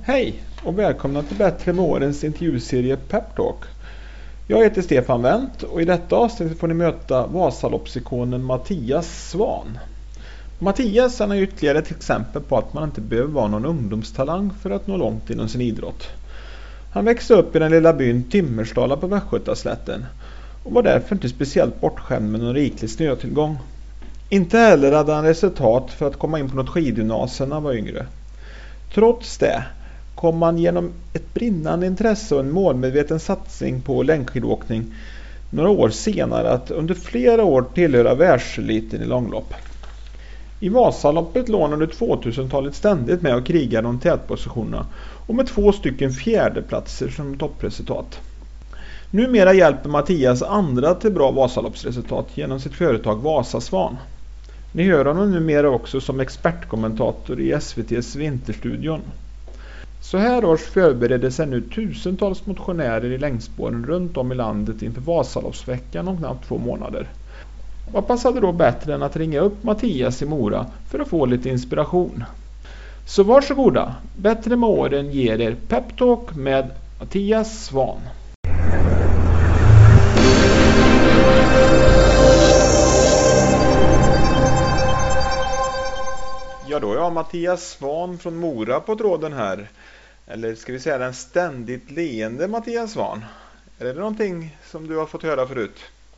Hej och välkomna till Bättre med årens intervjuserie Pep Talk. Jag heter Stefan Wendt och i detta avsnitt får ni möta Vasaloppsikonen Mattias Svahn. Mattias är ytterligare ett exempel på att man inte behöver vara någon ungdomstalang för att nå långt inom sin idrott. Han växte upp i den lilla byn Timmersdala på Västgötaslätten och var därför inte speciellt bortskämd med någon riklig snötillgång. Inte heller hade han resultat för att komma in på något skidgymnasium när han var yngre. Trots det kom man genom ett brinnande intresse och en målmedveten satsning på längdskidåkning några år senare att under flera år tillhöra världseliten i långlopp. I Vasaloppet låg han under 2000-talet ständigt med och krigade om tätpositionerna och med 2 fjärdeplatser som toppresultat. Numera hjälper Mattias andra till bra Vasaloppsresultat genom sitt företag Vasasvan. Ni hör honom numera också som expertkommentator i SVT:s Vinterstudion. Så här års förbereder sig nu tusentals motionärer i längdspåren runt om i landet inför Vasaloppsveckan om knappt 2 månader. Vad passade då bättre än att ringa upp Mattias i Mora för att få lite inspiration? Så varsågoda, Bättre med åren ger er Pep Talk med Mattias Svahn. Ja, då är jag Mattias Svahn från Mora på tråden här. Eller ska vi säga den ständigt leende Mattias Svahn. Är det någonting som du har fått höra förut?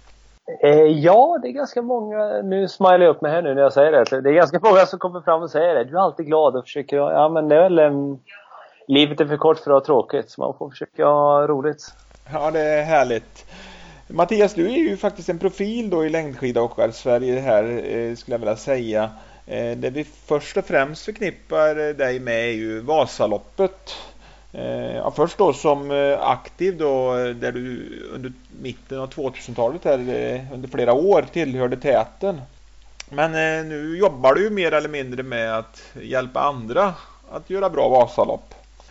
Ja, det är ganska många. Nu smilar jag upp mig här nu när jag säger det. Det är ganska många som kommer fram och säger det. Du är alltid glad och försöker. Ja, men det är väl livet är för kort för att ha tråkigt. Så man får försöka ha roligt. Ja, det är härligt. Mattias, du är ju faktiskt en profil då i längdskidåkar-Sverige här, skulle jag vilja säga. Det vi först och främst förknippar dig med är ju Vasaloppet. Ja, först då som aktiv då, där du under mitten av 2000-talet här, under flera år tillhörde täten. Men nu jobbar du ju mer eller mindre med att hjälpa andra att göra bra Vasalopp.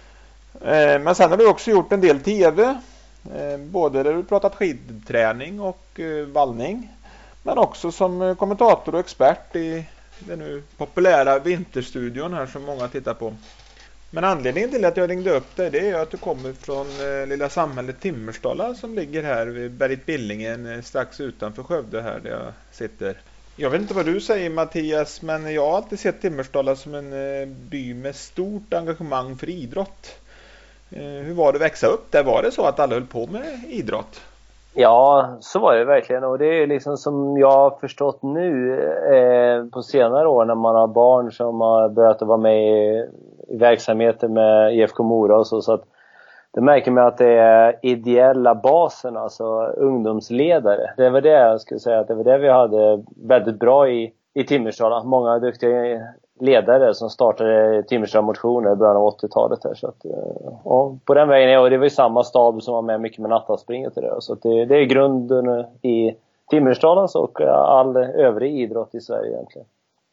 Men sen har du också gjort en del tv, både där du pratat skidträning och vallning, men också som kommentator och expert i den nu populära Vinterstudion här som många tittar på. Men anledningen till att jag ringde upp dig, det är att du kommer från lilla samhället Timmersdala som ligger här vid Berget Billingen strax utanför Skövde här där jag sitter. Jag vet inte vad du säger Mattias, men jag har alltid sett Timmersdala som en by med stort engagemang för idrott. Hur var det att växa upp där? Var det så att alla höll på med idrott? Ja, så var det verkligen. Och det är liksom som jag har förstått nu på senare år när man har barn som har börjat att vara med i verksamheter med IFK Mora och så att det märker man att det är ideella basen, alltså ungdomsledare. Det var det jag skulle säga, att det var det vi hade väldigt bra i Timmersdala. Många duktiga ledare som startade Timmersdala motioner i början av 80-talet här, så att, ja, på den vägen, och det var ju samma stab som var med mycket med nattaspringet och det, så att det är grunden i Timmersdala och all övrig idrott i Sverige egentligen.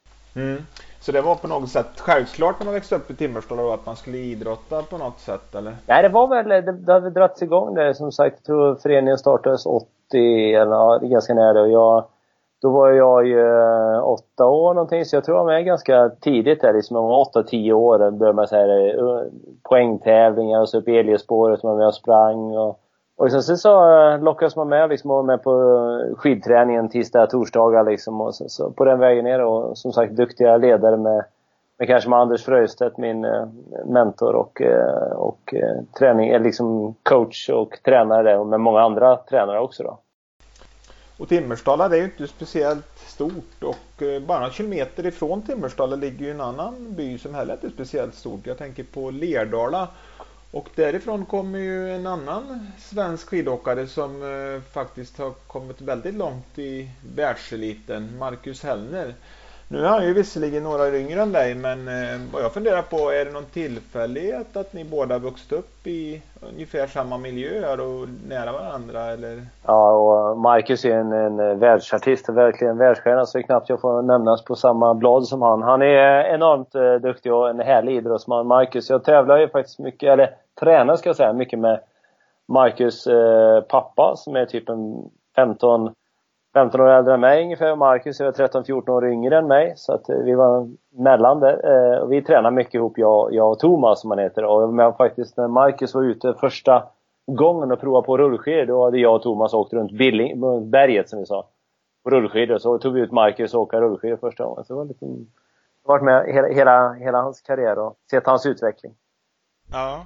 Så det var på något sätt självklart när man växte upp i Timmersdala att man skulle idrotta på något sätt, eller? Nej, det var väl, det hade dragits igång det, som sagt. Jag tror föreningen startades 80 eller ja, ganska nära, och då var jag ju 8 år någonting, så jag tror jag var med ganska tidigt där, liksom 8-10 år började man så här poängtävlingar och så upp i Eliespåret man med och sprang och sen så lockades man med liksom, och med på skidträningen tisdag, torsdagar liksom, och så på den vägen ner, och som sagt duktiga ledare med kanske med Anders Fröstedt, min mentor och träning, liksom coach och tränare, och med många andra tränare också då. Och Timmersdala, det är ju inte speciellt stort, och bara några kilometer ifrån Timmersdala ligger ju en annan by som heller inte är speciellt stort. Jag tänker på Lerdala, och därifrån kommer ju en annan svensk skidåkare som faktiskt har kommit väldigt långt i världseliten, Marcus Hellner. Nu är han ju visserligen några yngre än dig, men vad jag funderar på, är det någon tillfällighet att ni båda vuxit upp i ungefär samma miljöer och nära varandra, eller? Ja, och Marcus är en världsartist, verkligen världsstjärna, så knappt jag får nämnas på samma blad som han. Han är enormt duktig och en härlig idrottsman, Marcus. Jag tävlar ju faktiskt mycket, eller tränar ska jag säga, mycket med Marcus pappa som är typ en 15 15 år äldre än mig ungefär. Marcus är 13-14 år yngre än mig. Så att vi var mellan där. Och vi tränar mycket ihop, jag och Thomas som han heter. Och men faktiskt när Marcus var ute första gången och provade på rullskidor, då hade jag och Thomas åkt runt berget som vi sa. På rullskidor. Så tog vi ut Marcus och åka rullskidor första gången. Så det var lite... Jag har varit med hela hans karriär och sett hans utveckling. Ja.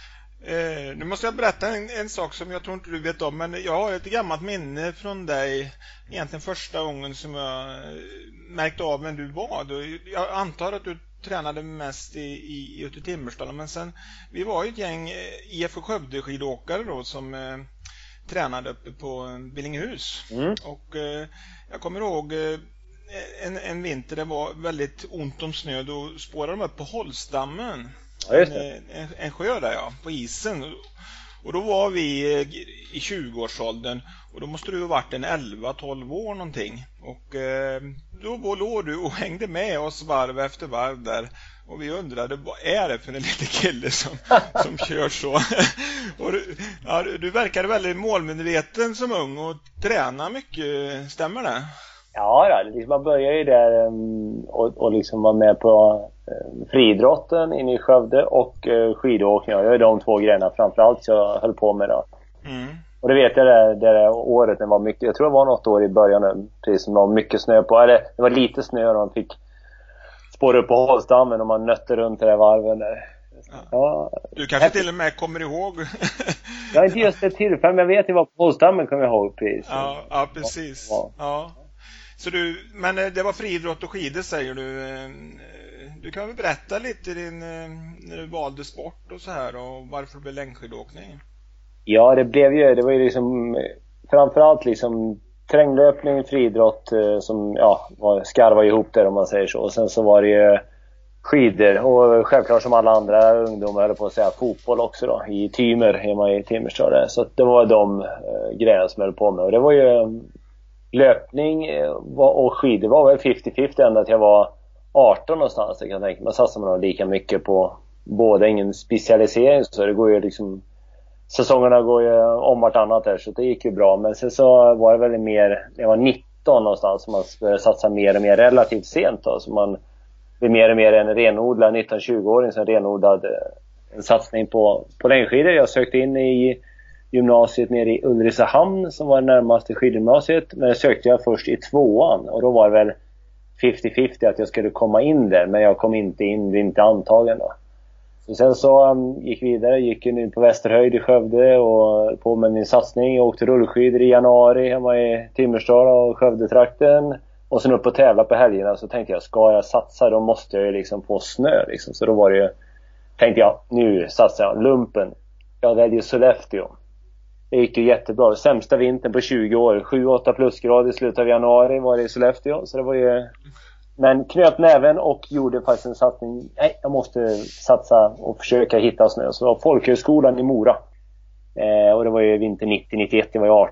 Nu måste jag berätta en sak som jag tror inte du vet om, men jag har ett gammalt minne från dig, egentligen första gången som jag märkte av vem du var. Jag antar att du tränade mest ute i Timmersdala, men sen vi var ju ett gäng IFK Skövde skidåkare då som tränade uppe på Billinghus. Och jag kommer ihåg en vinter det var väldigt ont om snö, då spårade de upp på Holsdammen. Ja, just det. En sjö där på isen. Och då var vi i 20-årsåldern. Och då måste du ha varit en 11-12 år någonting. Och då låg du och hängde med oss varv efter varv där. Och vi undrade, vad är det för en liten kille som kör så? Och du verkade väldigt målmedveten som ung och tränar mycket, stämmer det? Ja, man börjar ju där och liksom var med på friidrotten inne i Skövde och skidåkning. Det är de två grejerna framförallt jag höll på med då. Och det vet jag det året det var mycket, jag tror det var något år i början precis som det var mycket snö på, eller det var lite snö och man fick spåra upp på Holsdammen och man nötte runt det där varven där. Ja. Du kanske till och med kommer ihåg. Jag inte just det tillfället, men jag vet att det var på Holsdammen, kommer jag ihåg precis. Ja, precis. Ja. Så men det var friidrott och skidor säger du. Du kan väl berätta lite när du valde sport och så här och varför det blev längdskidåkning? Ja, det var ju liksom framförallt liksom terränglöpning, friidrott som skarvar ihop där om man säger så. Och sen så var det ju skidor och självklart som alla andra ungdomar höll på att säga fotboll också då i Tymer hemma i Timmersdala. Så det var de grejerna som jag höll på med. Och det var ju löpning och skidor var väl 50-50 ända till jag var 18 någonstans. Jag kan tänka. Man satsar man lika mycket på båda, ingen specialisering så det går ju liksom, säsongerna går ju om vartannat där så det gick ju bra. Men sen så var det väl mer, jag var 19 någonstans som man började satsa mer och mer relativt sent då. Så man blev mer och mer en renodlad 19-20-åring som renodlade en satsning på längdskidor. Jag sökte in i gymnasiet nere i Ulricehamn som var närmaste skidgymnasiet. Men det sökte jag först i 2:an och då var det väl 50-50 att jag skulle komma in där. Men jag kom inte in, inte antagen då. Så sen så gick ju nu på Västerhöjd i Skövde och på med min satsning. Jag åkte rullskidor i januari hemma i Timmersdala och Skövdetrakten. Och sen upp och tävla på helgerna så tänkte jag, ska jag satsa då måste jag ju liksom få snö liksom. Så då var det ju, tänkte jag, nu satsar jag lumpen. Jag väljer Sollefteå. Det gick ju jättebra. Sämsta vintern på 20 år. 7-8 plusgrader i slutet av januari var det i Sollefteå. Så det var ju... Men knöt näven och gjorde faktiskt en satsning. Nej, jag måste satsa och försöka hitta snö. Så det var Folkhögskolan i Mora. Och det var ju vinter 90-91. Det var ju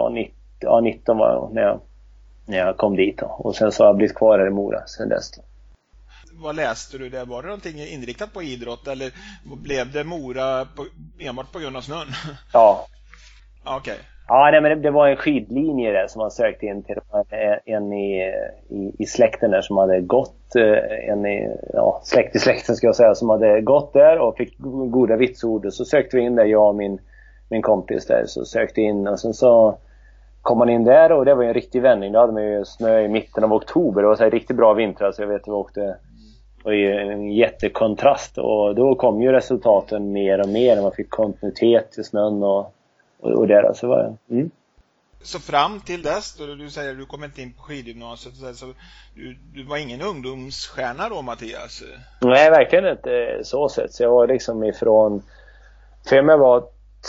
19 var jag när jag kom dit då. Och sen så har jag blivit kvar här i Mora sen dess då. Vad läste du där? Var det någonting inriktat på idrott eller blev det Mora enbart på grund av snön? Ja. Okej. Okay. Ja, nej, men det var en skidlinje där som man sökte in till. En i släkten där som hade gått. Släkt i släkten ska jag säga, som hade gått där och fick goda vitsord. Så sökte vi in där, jag och min kompis där. Så sökte in och sen så kom man in där och det var en riktig vändning. Då hade man ju snö i mitten av oktober. Det var så här riktigt bra vintrar så jag vet att vi åkte. Och en jättekontrast. Och då kom ju resultaten mer och mer när man fick kontinuitet i snön och där så var det. Så fram till dess då du säger att du kom inte in på skidgymnasiet så du var ingen ungdomsstjärna då, Mattias? Nej, verkligen inte så sett. Så jag var liksom ifrån, för jag var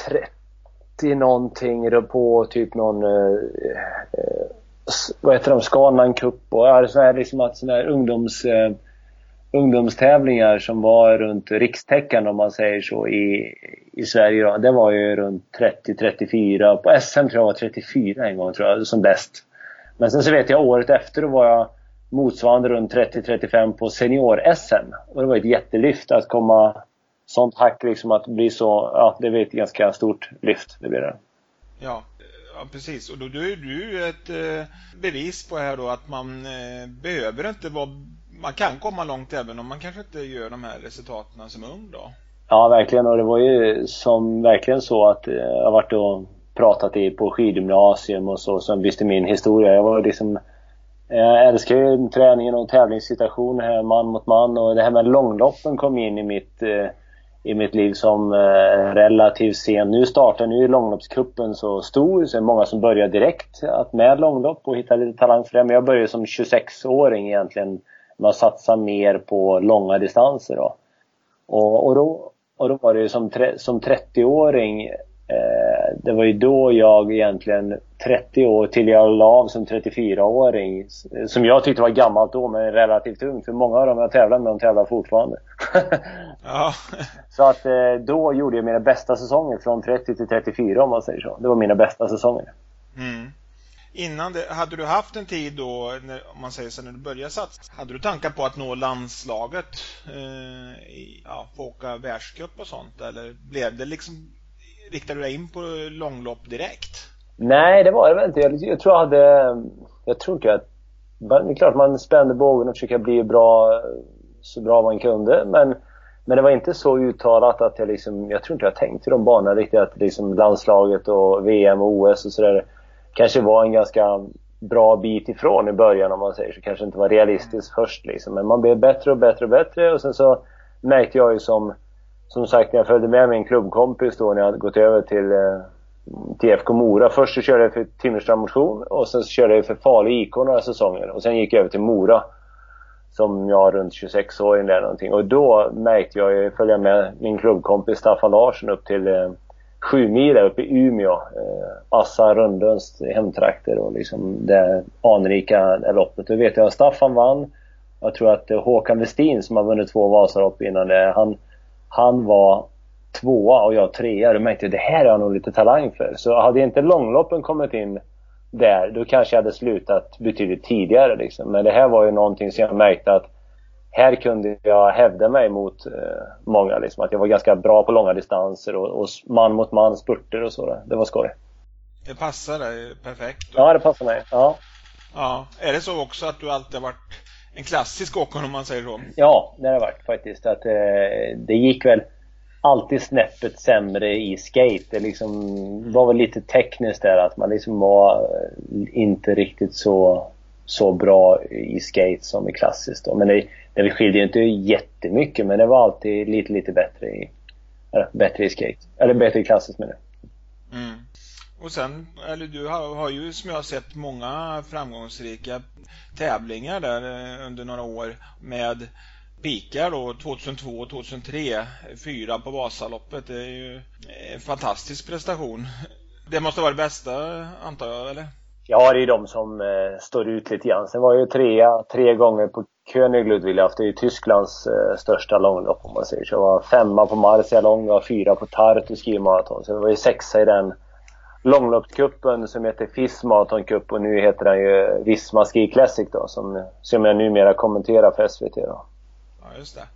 30 någonting på typ någon vad heter de, Scanland Cup och så här liksom att såna här ungdomstävlingar som var runt rikstäckande om man säger så i Sverige då. Det var ju runt 30-34 på SM tror jag var 34 en gång tror jag som bäst. Men sen så vet jag året efter då var jag motsvarande runt 30-35 på senior-SM och det var ett jättelyft att komma sånt hack liksom att bli så, ja det var ett ganska stort lyft det blev det. Ja, Ja, precis. Och då är du ett bevis på här då att man behöver inte vara... Man kan komma långt även om man kanske inte gör de här resultaten som ung då. Ja, verkligen. Och det var ju som verkligen så att jag har varit och pratat på skidgymnasium och så, som visste min historia. Jag var liksom... Jag älskar ju träningen och tävlingssituationer här, man mot man. Och det här med långloppen kom in i mitt liv som relativt sen. Nu startar långloppskuppen så stor, så är det många som börjar direkt med långlopp och hittar lite talang för det. Men jag började som 26-åring egentligen med att satsa mer på långa distanser då. Och då var det ju som 30-åring, det var ju då jag egentligen 30 år till jag la av som 34-åring, som jag tyckte var gammalt då, men relativt ung, för många av dem jag tävlar med, de tävlar fortfarande. Ja. Så att då gjorde jag mina bästa säsonger från 30 till 34, om man säger så. Det var mina bästa säsonger. Mm. Innan det, hade du haft en tid då, om man säger så, när du började satsa, hade du tankar på att nå landslaget, få åka världscup och sånt, eller blev det liksom, riktade du dig in på långlopp direkt? Nej, det var det väl inte. Jag tror inte att, det är klart man spände bågen och försökte bli så bra man kunde, men det var inte så uttalat att jag tror inte jag tänkte i de banorna riktigt, att liksom landslaget och VM och OS och sådär kanske var en ganska bra bit ifrån i början, om man säger så. Kanske inte var realistiskt först liksom. Men man blev bättre och bättre och bättre. Och sen så märkte jag ju som sagt, när jag följde med min klubbkompis då, när jag hade gått över till FK Mora. Först så körde jag för Timmerstrand Motion, och sen så körde jag för Falu IK några säsonger. Och sen gick jag över till Mora, som jag runt 26 år eller någonting. Och då märkte jag följa med min klubbkompis Staffan Larsson upp till 7 mil uppe i Umeå, Assa Rundöns hemtrakter, och liksom det anrika loppet. Då vet jag att Staffan vann. Jag tror att Håkan Westin, som har vunnit 2 Vasalopp innan det, han var 2:a och jag 3:a. Då märkte jag, det här har jag nog lite talang för. Så hade inte långloppen kommit in där, då kanske jag hade slutat betydligt tidigare liksom. Men det här var ju någonting som jag märkte att här kunde jag hävda mig mot många liksom, att jag var ganska bra på långa distanser och man mot man spurter och så där. Det var skoj. Det passar dig perfekt då. Ja, det passar mig. Ja. Är det så också att du alltid har varit en klassisk åkare, om man säger så? Ja, det har det varit faktiskt. Att det gick väl alltid snäppet sämre i skate. Det liksom var väl lite tekniskt där, att man liksom var inte riktigt så bra i skate som i klassiskt då. Men det skilde ju inte jättemycket, men det var alltid lite bättre i skate. Eller bättre i klassiskt med det. Mm. Och sen, du har ju, som jag har sett, många framgångsrika tävlingar där under några år med pikar då, 2002 och 2003, 4 på Vasaloppet. Det är ju en fantastisk prestation. Det måste vara det bästa, antar jag, eller? Ja, det är de som står ut lite grann. Sen var jag ju 3 gånger på König Ludwigshafen. Det är ju Tysklands största långlopp, om man säger så. Jag var 5:a på Marcialong och 4 på Tartu skimaraton. Så jag var ju 6:a i den långloppskuppen som heter FIS Marathon Cup, och nu heter den ju Visma Ski Classic då, som jag numera kommenterar för SVT då. Ja, just det.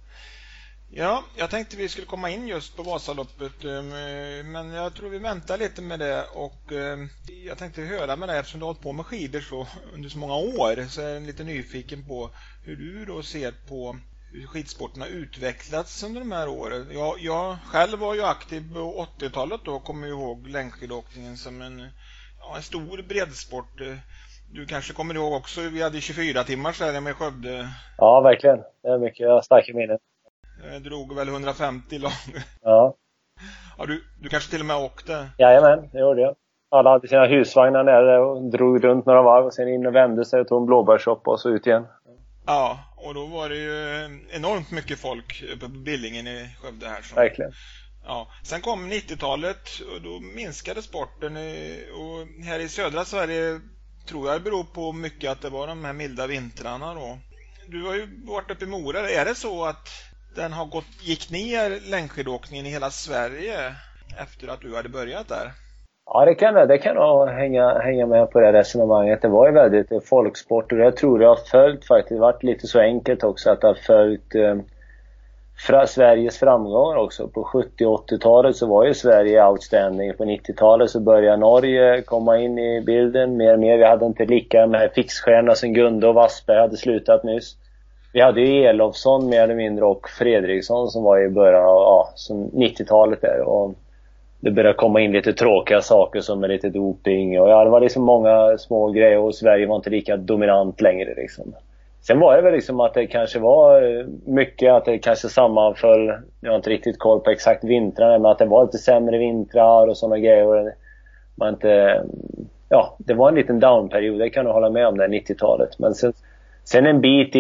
Ja, jag tänkte vi skulle komma in just på Vasaloppet, men jag tror vi väntar lite med det, och jag tänkte höra med dig, eftersom du har hållit på med skidor så under så många år, så är jag lite nyfiken på hur du då ser på hur skidsporten har utvecklats under de här åren. Jag själv var ju aktiv på 80-talet då, kommer jag ihåg längdskidåkningen som en stor breddsport. Du kanske kommer ihåg också, vi hade 24 timmar sedan med Skövde. Ja, verkligen. Det är mycket starka minnen. Jag drog väl 150 lång. Ja. Ja, du kanske till och med åkte? Jajamän, det gjorde jag. Alla hade sina husvagnar där och drog runt några varv och sen in och vände sig och tog en blåbärssoppa och så ut igen. Ja, och då var det ju enormt mycket folk uppe på Billingen i Skövde här. Verkligen. Ja, sen kom 90-talet och då minskade sporten, och här i södra Sverige tror jag det beror på mycket att det var de här milda vintrarna då. Du har ju varit uppe i Mora. Är det så att den gick ner längdskidåkningen i hela Sverige efter att du hade börjat där? Ja, det kan nog hänga med på det resonemanget. Det var ju väldigt folksport, och jag tror jag har följt faktiskt. Det har varit lite så enkelt också att jag har Sveriges framgångar också. På 70- och 80-talet så var ju Sverige outstanding. På 90-talet så började Norge komma in i bilden mer och mer. Vi hade inte lika med fixstjärna som Gunde och Wassberg hade slutat nyss. Vi hade ju Elofsson mer eller mindre och Fredriksson som var i början av 90-talet där. Och det började komma in lite tråkiga saker som med lite doping. Och det var liksom många små grejer och Sverige var inte lika dominant längre liksom. Sen var det väl liksom att det kanske var mycket att det kanske sammanföll, jag har inte riktigt koll på exakt vintrarna, men att det var lite sämre vintrar och sådana grejer. Det var en liten downperiod, det kan jag hålla med om det 90-talet. Men sen en bit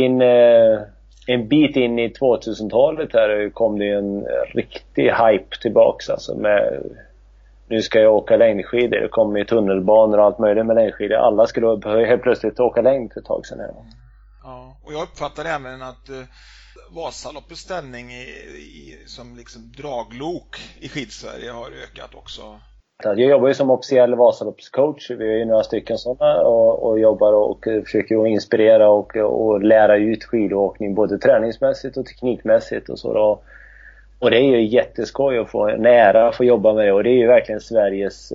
in i 2000-talet här kom det en riktig hype tillbaks alltså med nu ska jag åka längdskidor, det kom i tunnelbanor och allt möjligt med längdskidor. Alla skulle helt plötsligt åka längd för ett tag sedan här. Ja, och jag uppfattar även att Vasaloppets ställning som liksom draglok i skidsverige har ökat också. Jag jobbar ju som officiell Vasaloppscoach. Vi är ju några stycken sådana och jobbar och försöker inspirera och lära ut skidåkning både träningsmässigt och teknikmässigt och så då. Och det är ju jätteskoj att få nära att få jobba med det, och det är ju verkligen Sveriges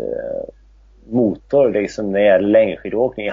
motor liksom när det gäller längdskidåkning.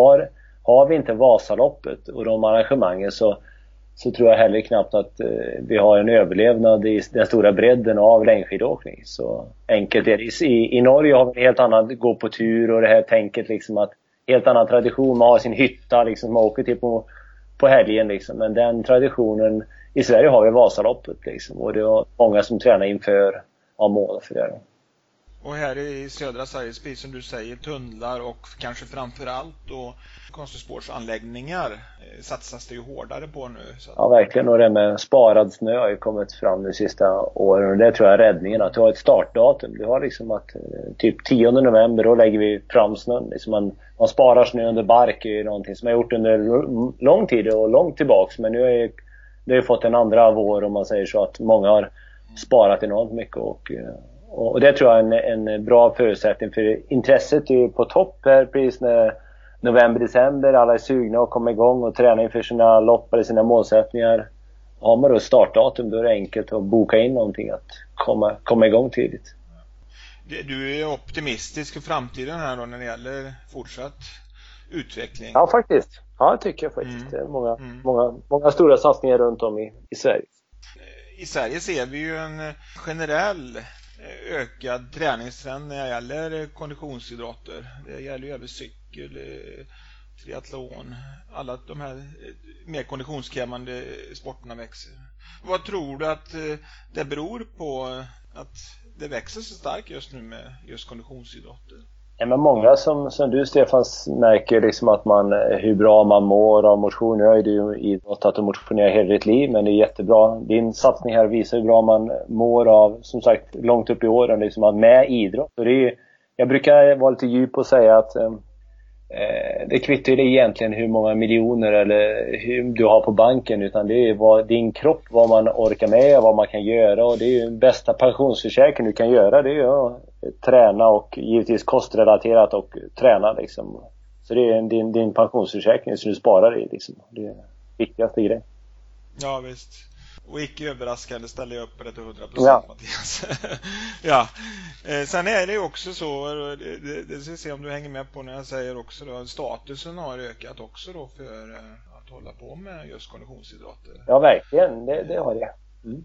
Har vi inte Vasaloppet och de arrangemangen så tror jag heller knappt att vi har en överlevnad i den stora bredden av längdskidåkning. Så enkelt är det. I Norge har vi en helt annan gå på tur och det här tänket liksom att helt annan tradition. Man har sin hytta liksom, man åker till på helgen liksom. Men den traditionen i Sverige har vi Vasaloppet liksom. Och det är många som tränar inför mål för det. Och här i södra Sverige, precis som du säger, tunnlar och kanske framförallt då konstsportsanläggningar satsas det ju hårdare på nu. Så. Ja, verkligen. Och det med sparad snö har ju kommit fram de sista åren. Och det tror jag är räddningen, att du har ett startdatum. Du har liksom att typ 10 november då lägger vi fram snön. Liksom man sparar snö under bark är ju någonting som jag har gjort under lång tid och långt tillbaks. Men nu har det fått en andra vår om man säger så, att många har sparat enormt mycket och det tror jag är en bra förutsättning för intresset är på topp här precis när november-december, alla är sugna att komma igång och träna inför sina lopp eller sina målsättningar. Har man då startdatum då är det enkelt att boka in någonting att komma igång tidigt. Du är optimistisk för framtiden här då när det gäller fortsatt utveckling? Ja, faktiskt. Ja, det tycker jag faktiskt. Det är många stora satsningar runt om i Sverige. I Sverige ser vi ju en generell ökad träningstrend när det gäller konditionsidrotter. Det gäller ju även cykel, triathlon, alla de här mer konditionskrävande sporterna växer. Vad tror du att det beror på att det växer så starkt just nu med just konditionsidrotter? Ja, men många som du Stefan märker liksom att hur bra man mår av motion. Nu har ju du idrott att du motionerar hela ditt liv, men det är jättebra. Din satsning här visar hur bra man mår av, som sagt, långt upp i åren liksom, med idrott. Och jag brukar vara lite djup och säga att det kvittar ju egentligen hur många miljoner eller hur du har på banken, utan det är vad din kropp, vad man orkar med, vad man kan göra, och det är ju den bästa pensionsförsäkringen du kan göra, det är ju att träna och givetvis kostrelaterat och träna liksom. Så det är din pensionsförsäkring som du sparar i liksom. Det är viktigaste grejen. Ja, visst. Och icke överraskande ställer jag upp på det till 100%, ja. Mattias. Ja. Sen är det ju också så, det ska se om du hänger med på när jag säger också då, statusen har ökat också då för att hålla på med just konditionsidrotter. Ja, verkligen. Det har det.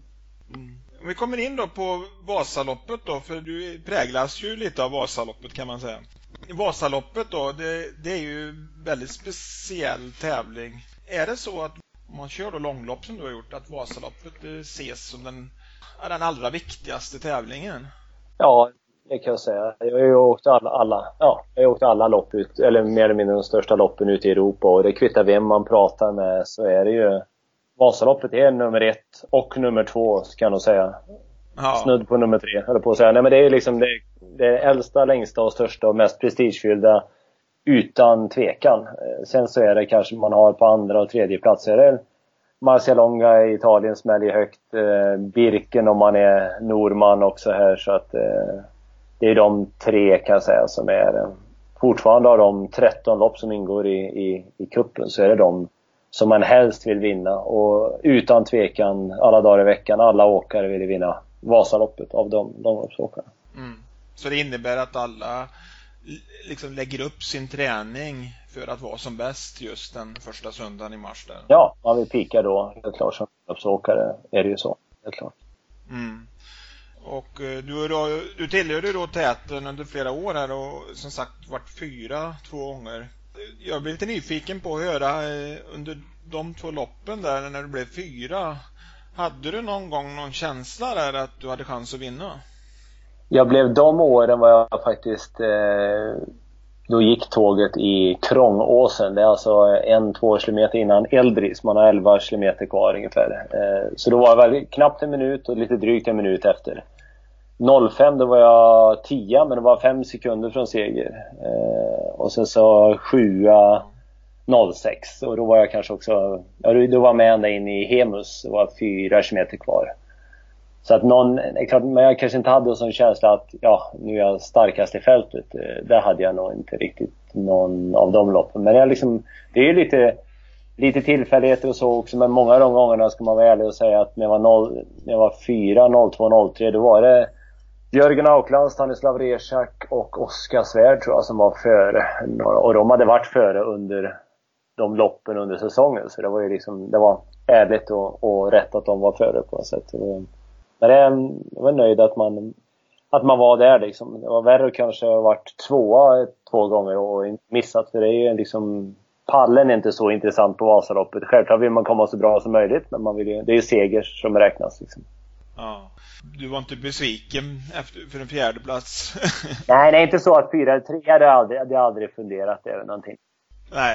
Om vi kommer in då på Vasaloppet då, för du präglas ju lite av Vasaloppet kan man säga. Vasaloppet då, det är ju väldigt speciell tävling. Är det så att om man kör då långlopp som du har gjort, att Vasaloppet ses som den allra viktigaste tävlingen? Ja, det kan jag säga. Jag har ju åkt alla lopp ut, eller mer eller mindre de största loppen ute i Europa, och det kvittar vem man pratar med, så är det ju Vasaloppet är nummer 1 och nummer 2 kan jag säga. Ja. Snudd på nummer 3 eller på att säga. Nej, men det är liksom det äldsta, längsta och största och mest prestigefyllda utan tvekan. Sen så är det kanske man har på andra och tredje plats är det Marcialonga i Italien smäller högt, Birken om man är norman också här, så att det är de 3 kan jag säga som är fortfarande av de 13 lopp som ingår i kuppen, så är det som man helst vill vinna. Och utan tvekan alla dagar i veckan, alla åkare vill vinna Vasaloppet av de långloppsåkarna. Så det innebär att alla liksom lägger upp sin träning för att vara som bäst just den första söndagen i mars där? Ja, man vill pika då. Helt klart som långloppsåkare är det ju så. Helt klart. Och du tillhörde då täten under flera år här och som sagt varit 4 2 gånger. Jag blir lite nyfiken på att höra under de 2 loppen där när du blev 4. Hade du någon gång någon känsla där att du hade chans att vinna? Jag blev de åren var jag faktiskt då gick tåget i Krångåsen. Det är alltså 1-2 kilometer innan Eldris. Man har 11 kilometer kvar ungefär. Så då var jag väl knappt en minut och lite drygt en minut efter. 05 då var jag 10, men det var 5 sekunder från seger. Och sen så 7:06. Och då var jag kanske också, då var med ända in i Hemus. Det var 4 kilometer kvar. Så att men jag kanske inte hade en sån känsla att nu är jag starkast i fältet. Där hade jag nog inte riktigt någon av de loppen. Men det är ju lite tillfälligheter och så också. Men många av de gångerna ska man vara ärlig och säga att när jag var 4, 02, 03 då var det Jörgen Aukland, Stanislav Rezak och Oskar Svärd tror jag som var före. Och de hade varit före under de loppen under säsongen. Så det var ju det var ärligt och rätt att de var före på något sätt. Men jag var nöjd att man var där liksom. Det var värre att kanske ha varit 2 gånger och missat. För det är ju pallen är inte så intressant på Vasaloppet. Självklart vill man komma så bra som möjligt. Men det är ju seger som räknas liksom. Ja. Du var inte besviken för en 4:e plats? Nej, inte så att 4 eller 3 hade jag aldrig funderat över någonting. Nej,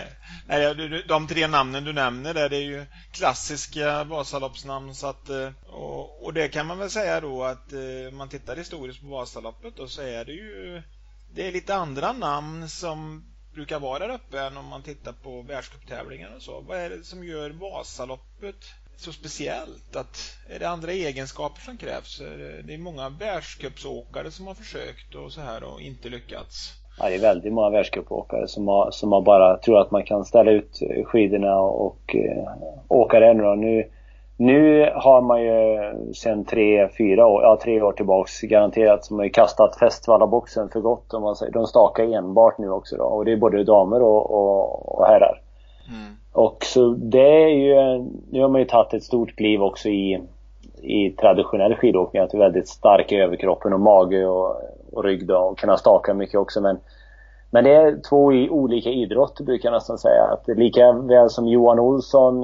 de 3 namnen du nämner där, det är ju klassiska Vasaloppsnamn så att, och det kan man väl säga då att man tittar historiskt på Vasaloppet och så är det är lite andra namn som brukar vara där uppe än om man tittar på världscuptävlingar och så. Vad är det som gör Vasaloppet så speciellt? Är det andra egenskaper som krävs? Det är många världscupsåkare som har försökt och så här och inte lyckats. Ja, det är väldigt många världscupåkare som har bara tror att man kan ställa ut skidorna och åka den då. Nu har man ju sen 3 år tillbaks garanterat som har kastat Fästvallaboxen för gott om man säger. De stakar enbart nu också då. Och det är både damer och herrar. Och så det är ju, nu har man ju tagit ett stort kliv också i traditionell skidåkning, att det är väldigt stark i överkroppen och mage och rygg då, och kunna staka mycket också, men det är 2 olika idrotter brukar jag nästan säga. Att lika väl som Johan Olsson,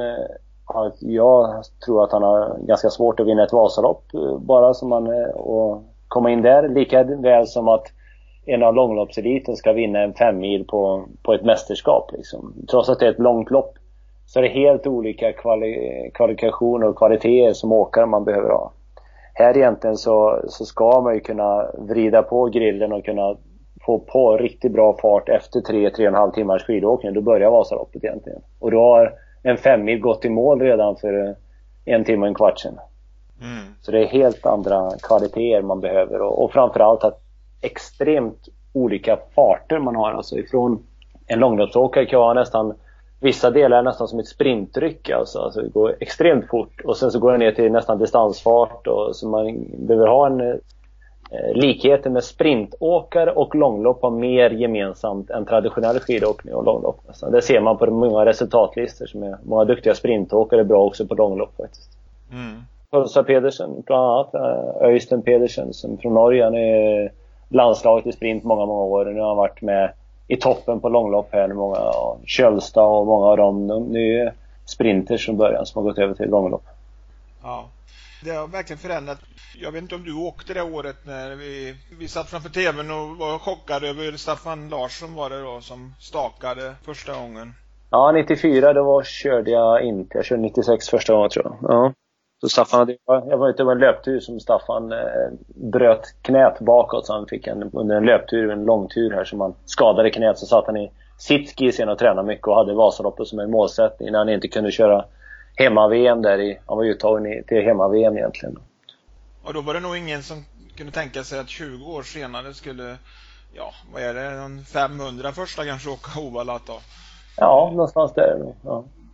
jag tror att han har ganska svårt att vinna ett Vasalopp bara som och komma in där, lika väl som att en av långloppseliten ska vinna en 5 mil på ett mästerskap liksom. Trots att det är ett långt lopp så är det helt olika kvalifikationer och kvaliteter som åkare man behöver ha. Här egentligen så ska man ju kunna vrida på grillen och kunna få på riktigt bra fart efter 3,5 timmars skidåkning. Då börjar Vasaloppet egentligen. Och då har en 5 mil gått i mål redan för 1 timme och en kvart sedan. Så det är helt andra kvaliteter man behöver. Och framförallt att extremt olika farter man har. Alltså ifrån en långloppsåkare kan ha nästan, vissa delar är nästan som ett sprintryck. Alltså det går extremt fort. Och sen så går det ner till nästan distansfart. Och så man behöver ha en likheter med sprintåkare och långlopp har mer gemensamt än traditionell skidåkning och långlopp. Alltså, det ser man på de många resultatlistor som är många duktiga sprintåkare bra också på långlopp faktiskt. Pulsa Pedersen bland annat, Øystein Pedersen som från Norge, han är landslaget i sprint många år. Nu har han varit med i toppen på långlopp här, många Kjölstad och många av dem nu är sprinters från början som har gått över till långlopp. Ja. Det har verkligen förändrat. Jag vet inte om du åkte det året när vi satt framför tvn och var chockade över Staffan Larsson var det då som stakade första gången. Ja, 94 då körde jag inte. Jag körde 96 första gången tror jag. Ja. Så Staffan jag var ute på en löptur som Staffan bröt knät bakåt, så han fick under en löptur, en långtur här, som han skadade knät, så satt han i sitski sen och tränade mycket och hade Vasaloppet som en målsättning när han inte kunde köra hemma-VM han var uttagen till hemma-VM egentligen. Och då var det nog ingen som kunde tänka sig att 20 år senare skulle, vad är det, 500 första kanske åka ovalat då? Ja, någonstans där. Ja.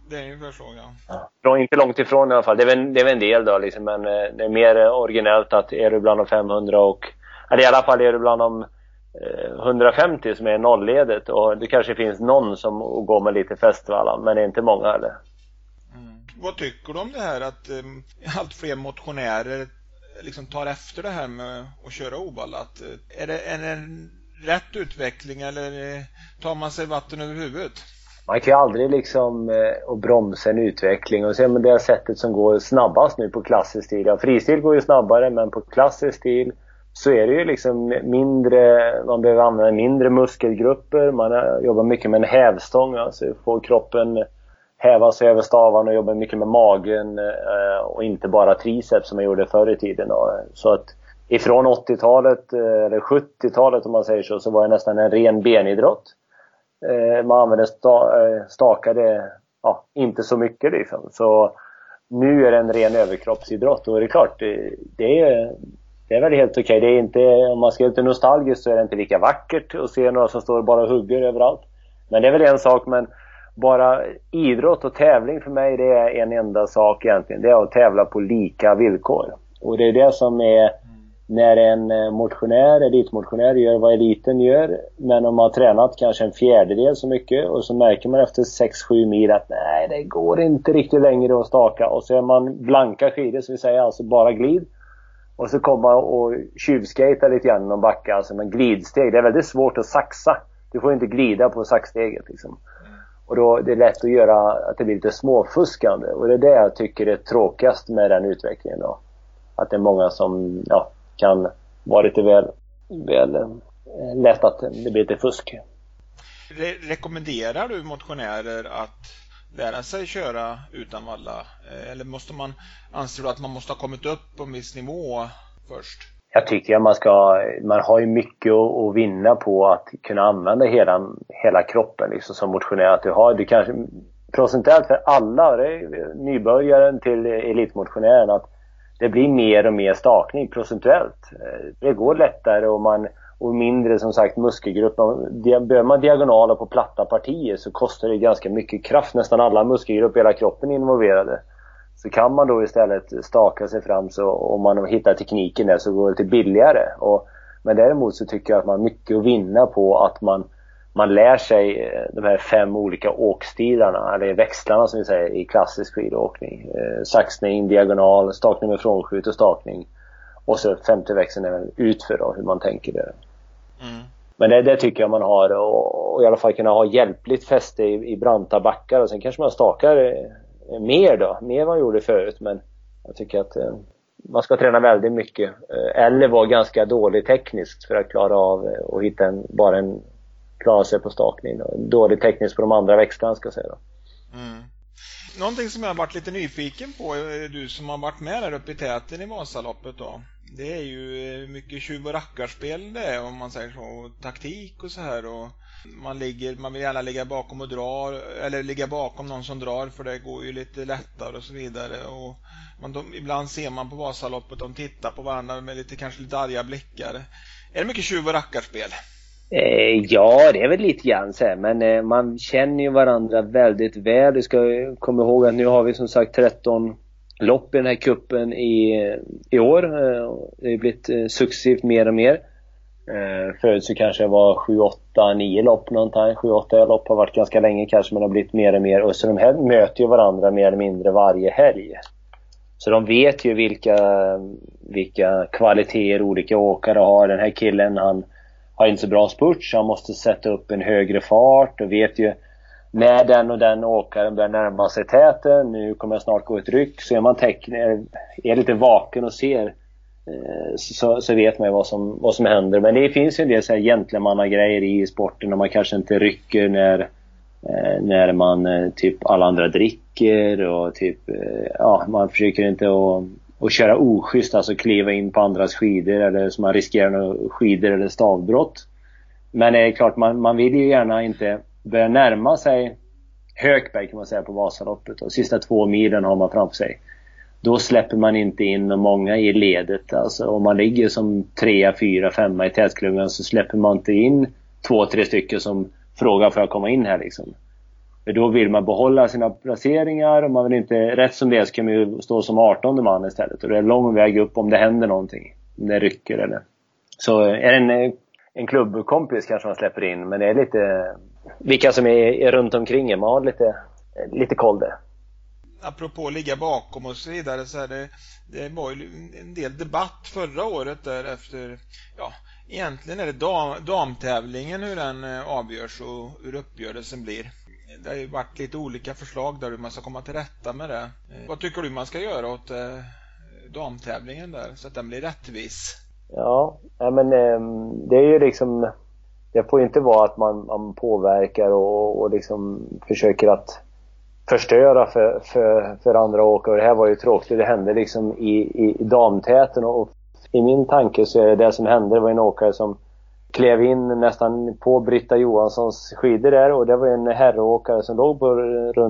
Det är ungefär så, ja. Ja. Inte långt ifrån i alla fall. Det är väl en del då liksom, men det är mer originellt att är du bland de 500 och eller i alla fall är du bland de 150 som är nollledet, och det kanske finns någon som går med lite festivaler, men det är inte många heller. Vad tycker du om det här att allt fler motionärer liksom tar efter det här med att köra oballat? Är det en rätt utveckling eller tar man sig vatten över huvudet? Man kan ju aldrig liksom och bromsa en utveckling, och se men det sättet som går snabbast nu på klassisk stil. Ja, fristil går ju snabbare, men på klassisk stil så är det ju liksom mindre, man behöver använda mindre muskelgrupper, man jobbar mycket med en hävstång, alltså får kroppen häva sig över stavarna och jobba mycket med magen och inte bara triceps som man gjorde förr i tiden. Så att ifrån 80-talet eller 70-talet om man säger så var det nästan en ren benidrott. Man använde stakade inte så mycket liksom. Så nu är det en ren överkroppsidrott, och det är klart det är väl helt okej. Det är inte, om man ska vara lite nostalgisk så är det inte lika vackert att se några som står och bara hugger överallt. Men det är väl en sak, men bara idrott och tävling för mig, det är en enda sak egentligen. Det är att tävla på lika villkor. Och det är det som är när en elitmotionär gör vad eliten gör, men om man har tränat kanske en fjärdedel så mycket, och så märker man efter 6-7 mil att nej, det går inte riktigt längre att staka, och så är man blanka skidor, så vi säger alltså bara glid, och så kommer man och tjuvskejtar lite grann och backa, alltså med glidsteg. Det är väldigt svårt att saxa. Du får inte glida på saxsteget liksom. Och då det är lätt att göra att det blir lite småfuskande, och det är det jag tycker är tråkigast med den utvecklingen då. Att det är många som kan vara lite väl lätt att det blir lite fusk. Rekommenderar du motionärer att lära sig köra utan valla? Eller anser du att man måste ha kommit upp på en viss nivå först? Jag tycker att man har ju mycket att vinna på att kunna använda hela kroppen liksom, som motionär. Att du kanske procentuellt för alla, nybörjaren till elitmotionären, att det blir mer och mer stakning procentuellt. Det går lättare och mindre som sagt muskelgrupp. Bör man diagonaler på platta partier så kostar det ganska mycket kraft. Nästan alla muskelgrupper i hela kroppen är involverade. Så kan man då istället staka sig fram, så om man hittar tekniken där så går det lite billigare. Men däremot så tycker jag att man har mycket att vinna på att man lär sig de här 5 olika åkstilarna, eller växlarna som vi säger i klassisk skidåkning. Saxning, diagonal, stakning med frånskjut och stakning. Och så 5:e växeln är väl utför då, hur man tänker det. Men det tycker jag man har, och i alla fall kunna ha hjälpligt fäste i branta backar, och sen kanske man stakar mer än man gjorde förut. Men jag tycker att man ska träna väldigt mycket eller vara ganska dålig tekniskt för att klara av och hitta klara sig på stakning, och dålig tekniskt på de andra växlarna ska jag säga då. Någonting som jag har varit lite nyfiken på, du som har varit med där uppe i täten i Vasaloppet då, det är ju mycket tjuv- och rackarspel det, om man säger så, taktik och så här, och man vill gärna ligga bakom och dra, eller ligga bakom någon som drar, för det går ju lite lättare och så vidare, och ibland ser man på Vasaloppet, de tittar på varandra med kanske lite arga blickar. Är det mycket tjuv- och rackarspel? Ja, det är väl lite grann så här, men man känner ju varandra väldigt väl. Du ska komma ihåg att nu har vi som sagt 13 lopp i den här kuppen i år. Det har blivit successivt mer och mer. Förut så kanske det var 7, 8, 9 lopp någonting. 7, 8 lopp har varit ganska länge kanske, men det har blivit mer och mer. Och så de här möter ju varandra mer eller mindre varje helg. Så de vet ju vilka kvaliteter olika åkare har. Den här killen, han har inte så bra spurt, så han måste sätta upp en högre fart, och vet ju när den och den åkaren börjar närma sig täten, nu kommer jag snart gå ett ryck, så är man är lite vaken och ser, så vet man ju vad som händer. Men det finns ju en del så här gentlemannagrejer i sporten, och man kanske inte rycker när man typ alla andra dricker, och typ man försöker inte att köra oschysst, alltså kliva in på andras skidor, eller så man riskerar några skidor eller stavbrott. Men det är klart, man vill ju gärna inte börja närma sig Hökberg kan man säga på Vasaloppet, och sista 2 milen har man framför sig. Då släpper man inte in många i ledet, alltså om man ligger som 3, 4, 5 i tätklungan, så släpper man inte in 2-3 stycken som frågar för att komma in här liksom. För då vill man behålla sina placeringar och man vill inte, rätt som det är så kan man ju stå som 18:e man istället. Och det är en lång väg upp om det händer någonting. Om det rycker eller. Så är det en klubbkompis kanske man släpper in. Men det är lite vilka som är runt omkring. Man har lite koll där. Apropå ligga bakom och så vidare så är det var ju en del debatt förra året där efter, ja, egentligen är det damtävlingen hur den avgörs och hur uppgörelsen blir. Det har ju varit lite olika förslag där man ska komma till rätta med det. Vad tycker du man ska göra åt damtävlingen där så att den blir rättvis? Ja, men det är ju liksom, det får ju inte vara att man påverkar och liksom försöker att förstöra för andra åkare. Det här var ju tråkigt. Det hände liksom i damtäten och i min tanke så är det som hände, det var en åkare som klev in nästan på Britta Johanssons skidor där och det var en herråkare som låg på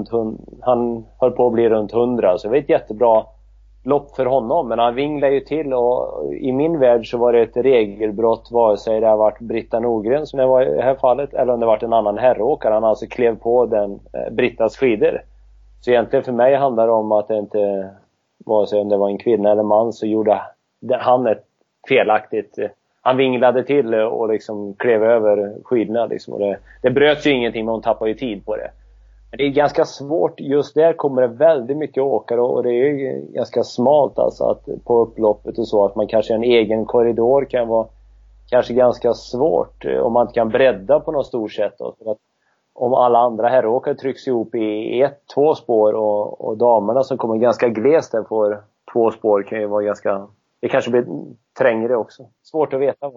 han höll på att bli runt 100, så det var ett jättebra lopp för honom, men han vinglade ju till och i min värld så var det ett regelbrott vare sig det har varit Britta Norgren som det var i det här fallet eller om det varit en annan herråkare. Han alltså klev på den Brittas skidor. Så egentligen för mig handlar det om att det inte vare sig om det var en kvinna eller man så gjorde han ett felaktigt. Han vinglade till och liksom klev över skidorna liksom, och det bröt ju ingenting men hon tappade ju tid på det. Men det är ganska svårt, just där kommer det väldigt mycket åkare och det är ju ganska smalt alltså att på upploppet och så att man kanske en egen korridor kan vara kanske ganska svårt om man inte kan bredda på något stort sätt då. För att om alla andra herråkare trycks ihop i två spår och damerna som kommer ganska glest där får 2 spår kan ju vara ganska, det kanske blir trängre också. Svårt att veta.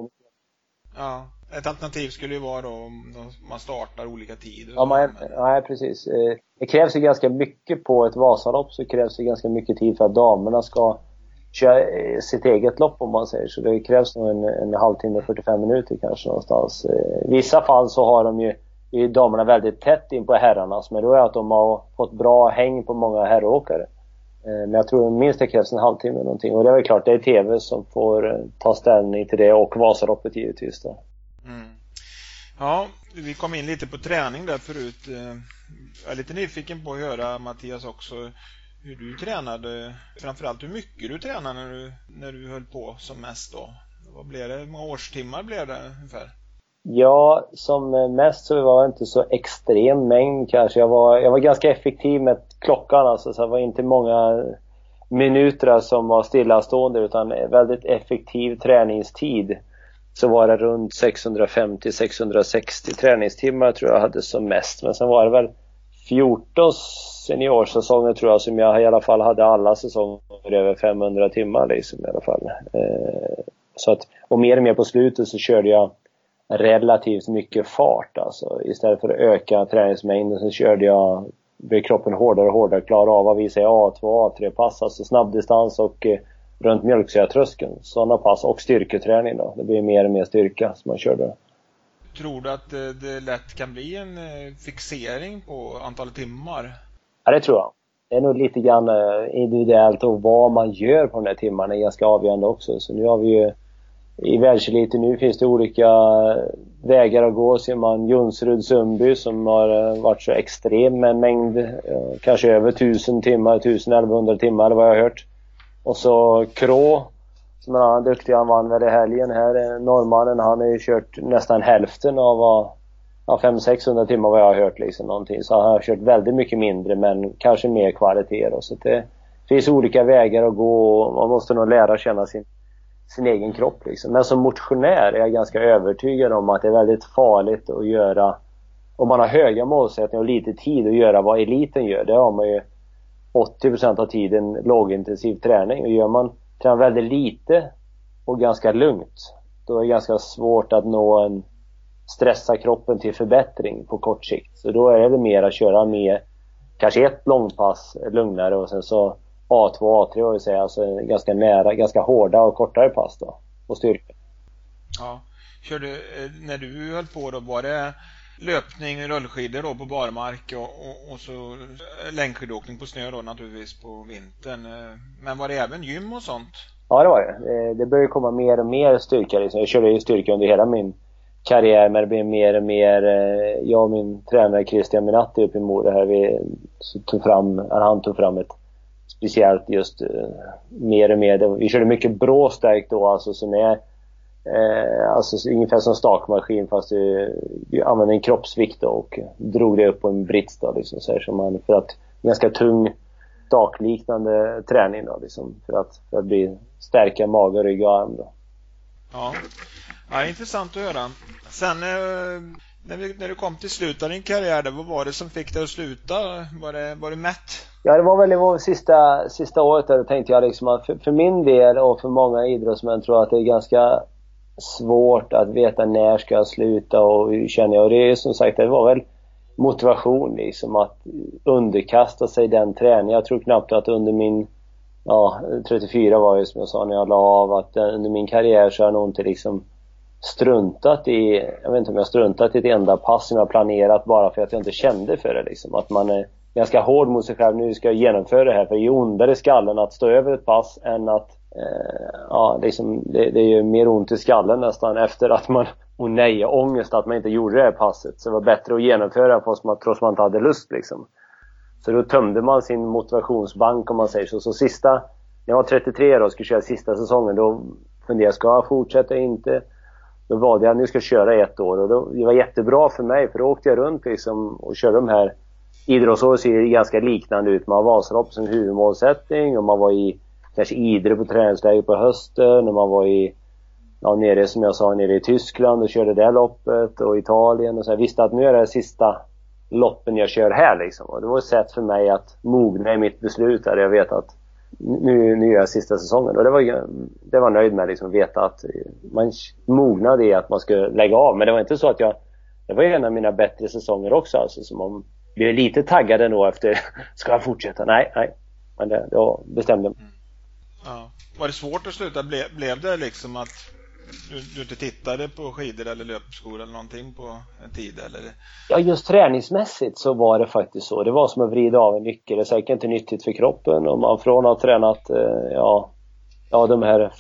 Ja, ett alternativ skulle ju vara då om man startar olika tider. Ja, precis. Det krävs ju ganska mycket på ett Vasalopp, så krävs det ganska mycket tid för att damerna ska köra sitt eget lopp om man säger. Så det krävs nog en halvtimme, 45 minuter kanske någonstans. I vissa fall så har de ju damerna väldigt tätt in på herrarnas, men då är det att de har fått bra häng på många herråkare. Men jag tror minst det krävs en halvtimme någonting. Och det är väl klart, det är TV som får ta ställning till det och Vasaloppet givetvis då. Mm. Ja, vi kom in lite på träning där förut. Jag är lite nyfiken på att höra, Mattias, också hur du tränade. Framförallt hur mycket du tränade när du höll på som mest då. Vad blev det? Hur många årstimmar blev det ungefär? Ja, som mest så var det inte så extrem mängd kanske. Jag var ganska effektiv med klockan alltså, så det var inte många minuter som var stillastående utan väldigt effektiv träningstid. Så var det runt 650-660 träningstimmar tror jag hade som mest. Men sen var det väl 14 seniorsäsonger tror jag som jag i alla fall hade alla säsonger över 500 timmar liksom i alla fall. Så att, och mer på slutet så körde jag relativt mycket fart alltså. Istället för att öka träningsmängden så körde jag blev kroppen hårdare och hårdare, klara av vad vi säger A2, A3 pass, alltså snabbdistans och runt mjölksyratröskeln, sådana pass och styrketräning då. Det blir mer och mer styrka som man körde. Tror du att det lätt kan bli en fixering på antalet timmar? Ja, det tror jag. Det är nog lite grann individuellt och vad man gör på de här timmarna är ganska avgörande också. Så nu har vi ju i världseliten nu finns det olika vägar att gå. Ser man Jonsrud Sundby som har varit så extrem med en mängd, kanske över 1000 timmar, 1100 timmar eller vad jag har hört. Och så Krå som en annan duktig, han vann väl i helgen här, norrmannen, han har ju kört nästan hälften av 500-600 timmar vad jag har hört liksom någonting. Så han har kört väldigt mycket mindre men kanske mer kvalitet då. Så det finns olika vägar att gå och man måste nog lära känna sin egen kropp liksom. Men som motionär är jag ganska övertygad om att det är väldigt farligt att göra, om man har höga målsättningar och lite tid att göra vad eliten gör. Det har man ju 80% av tiden lågintensiv träning, och tränar väldigt lite och ganska lugnt, då är det ganska svårt att stressa kroppen till förbättring på kort sikt. Så då är det mer att köra med kanske ett långpass lugnare och sen så A2, A3 vill säga, alltså ganska nära, ganska hårda och kortare pass då, och styrka. Ja, körde när du höll på då, var det löpning, rullskidor då på barmark och så längdskidåkning på snö då naturligtvis på vintern. Men var det även gym och sånt? Ja, det var det. Det började komma mer och mer styrka liksom. Jag körde ju styrka under hela min karriär, men det blev mer och mer. Jag och min tränare Christian Minatti uppe i Mora här, han tog fram ett speciellt just mer och mer. Vi körde mycket bråstärk då, alltså som är alltså ungefär som stakmaskin, fast du använde en kroppsvikt då, och drog det upp på en brits då, liksom, så här, som man, för att ganska tung stakliknande träning då, liksom, för att stärka mage, rygg och arm då. Ja, intressant att höra. Sen när du kom till slutet av din karriär, vad var det som fick dig att sluta? Var det mätt? Ja, det var väl det sista året där, tänkte jag liksom att för min del och för många idrottsmän tror jag att det är ganska svårt att veta när ska jag sluta och hur känner jag. Och det är som sagt, det var väl motivation liksom, att underkasta sig den träningen. Jag tror knappt att under min 34 var ju som jag sa när jag la av, att under min karriär så har jag nog inte liksom struntat i, jag vet inte om jag struntat i ett enda pass som jag planerat bara för att jag inte kände för det liksom. Att man är ganska hård mot sig själv, nu ska jag genomföra det här, för det är ondare i skallen att stå över ett pass än att liksom, det är ju mer ont i skallen nästan efter att man ångest att man inte gjorde det här passet, så det var bättre att genomföra fast trots man inte hade lust liksom. Så då tömde man sin motivationsbank, om man säger så. Så när jag var 33 då, skulle köra sista säsongen, då funderade jag, ska jag fortsätta inte? Då valde jag, nu ska jag köra 1 år, och det var jättebra för mig, för då åkte jag runt liksom och körde de här idrottsår, ser ganska liknande ut. Man har Vasalopp som huvudmålsättning, och man var i kanske Idre på träningsläger på hösten, och man var nere i Tyskland och körde det loppet, och Italien, och så. Jag visste att nu är det sista loppen jag kör här liksom. Och det var ett sätt för mig att mogna i mitt beslut där. Jag vet att nu är jag sista säsongen, och det var nöjd med liksom, veta att man mognade i att man skulle lägga av. Men det var inte så att det var en av mina bättre säsonger också, alltså, som om blev lite taggad ändå efter ska jag fortsätta? Nej. Men det bestämde jag. Ja. Var det svårt att sluta? Blev det liksom att du inte tittade på skidor eller löpskor eller någonting på en tid? Eller? Ja, just träningsmässigt så var det faktiskt så. Det var som att vrida av en nyckel. Det är säkert inte nyttigt för kroppen. Och man från att ha tränat de här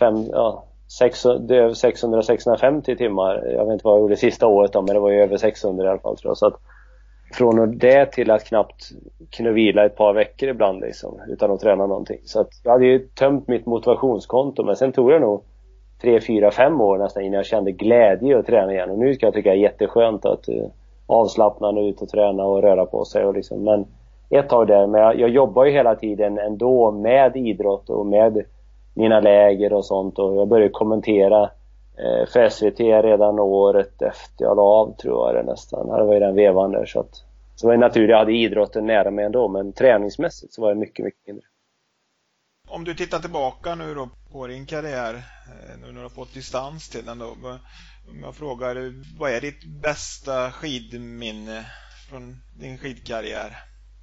600-650 timmar. Jag vet inte vad jag gjorde sista året då, men det var ju över 600 i alla fall, tror jag. Så att från det till att knappt kunna vila ett par veckor ibland liksom, utan att träna någonting. Så att jag hade ju tömt mitt motivationskonto, men sen tog det nog 3, 4, 5 år nästan innan jag kände glädje att träna igen. Och nu ska jag tycka det är jätteskönt att avslappna och ut och träna och röra på sig. Och liksom. Men ett tag där, men jag jobbar ju hela tiden ändå med idrott och med mina läger och sånt. Och jag började kommentera för SVT redan året efter jag la av, tror jag det nästan. Det var ju den vevan där, så var det naturligt. Jag hade idrotten nära mig ändå, men träningsmässigt så var det mycket, mycket mindre. Om du tittar tillbaka nu då på din karriär, nu när du har fått distans till den då, om jag frågar, vad är ditt bästa skidminne från din skidkarriär?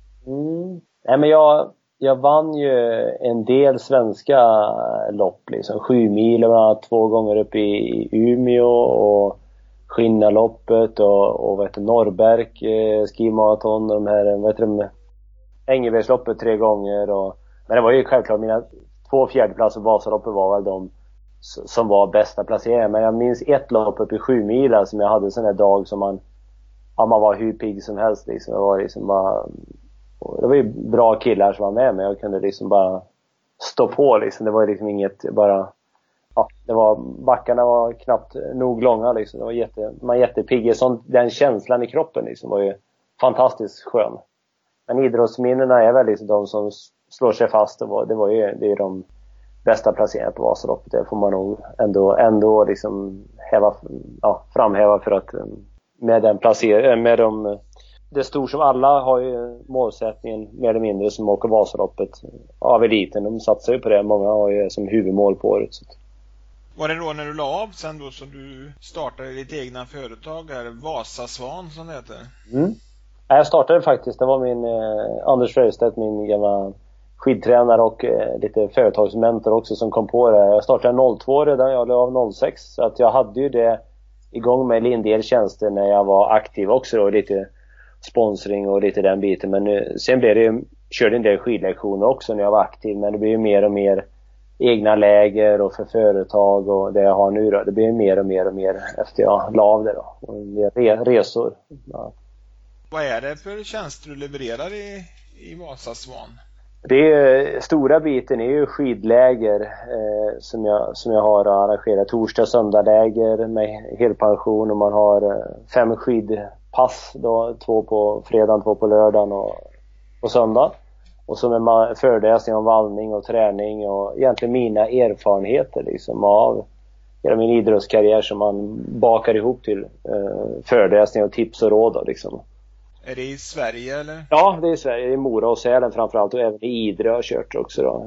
Nej, men jag vann ju en del svenska lopp, liksom 7 mil bland annat 2 gånger uppe i Umeå, och Skinnaloppet och Norrberg skimaraton, och de här Engelbergsloppet 3 gånger. Men det var ju självklart mina 2 fjärdeplatser på Vasaloppet var väl de som var bästa placeringar. Men jag minns ett lopp uppe i 7 mil som jag hade en sån här dag som man var hur pigg som helst liksom. Det var ju bra killar som var med, men jag kunde liksom bara stå på liksom. Det var ju liksom inget bara, backarna var knappt nog långa liksom. Det var man var jättepigg. Den känslan i kroppen liksom var ju fantastiskt skön. Men idrottsminnena är väl liksom de som slår sig fast. Det är de bästa placeringarna på Vasaloppet. Det får man nog ändå liksom framhäva, för att med den placeringen, det är stort som alla har ju målsättningen mer eller mindre som åker Vasaloppet av eliten. De satsar ju på det. Många har ju som huvudmål på året. Var det då när du la av sen då som du startade ditt egna företag här, Vasasvan som det heter? Jag startade faktiskt, det var min Anders Fröstedt, min gamla skidtränare och lite företagsmentor också, som kom på det. Jag startade 02 redan, jag la av 06. Så att jag hade ju det igång med en del tjänster när jag var aktiv också då, lite sponsring och lite den biten. Men sen körde en del skidlektioner också när jag var aktiv, men det blev ju mer och mer egna läger och för företag och det jag har nu då. Det blir mer och mer efter jag la av det då. Och resor. Ja. Vad är det för tjänster du levererar i Vasa Svan? Det är, stora biten är ju skidläger som jag har arrangerat. Torsdag- söndag-läger med helpension och man har 5 skidpass då, 2 på fredagen, 2 på lördagen och söndag. Och så med föreläsning om vallning och träning och egentligen mina erfarenheter liksom av hela min idrottskarriär som man bakar ihop till föreläsning och tips och råd då, liksom. Är det i Sverige eller? Ja, det är i Sverige. Det är i Mora och Sälen framförallt och även i Idre har jag kört också då.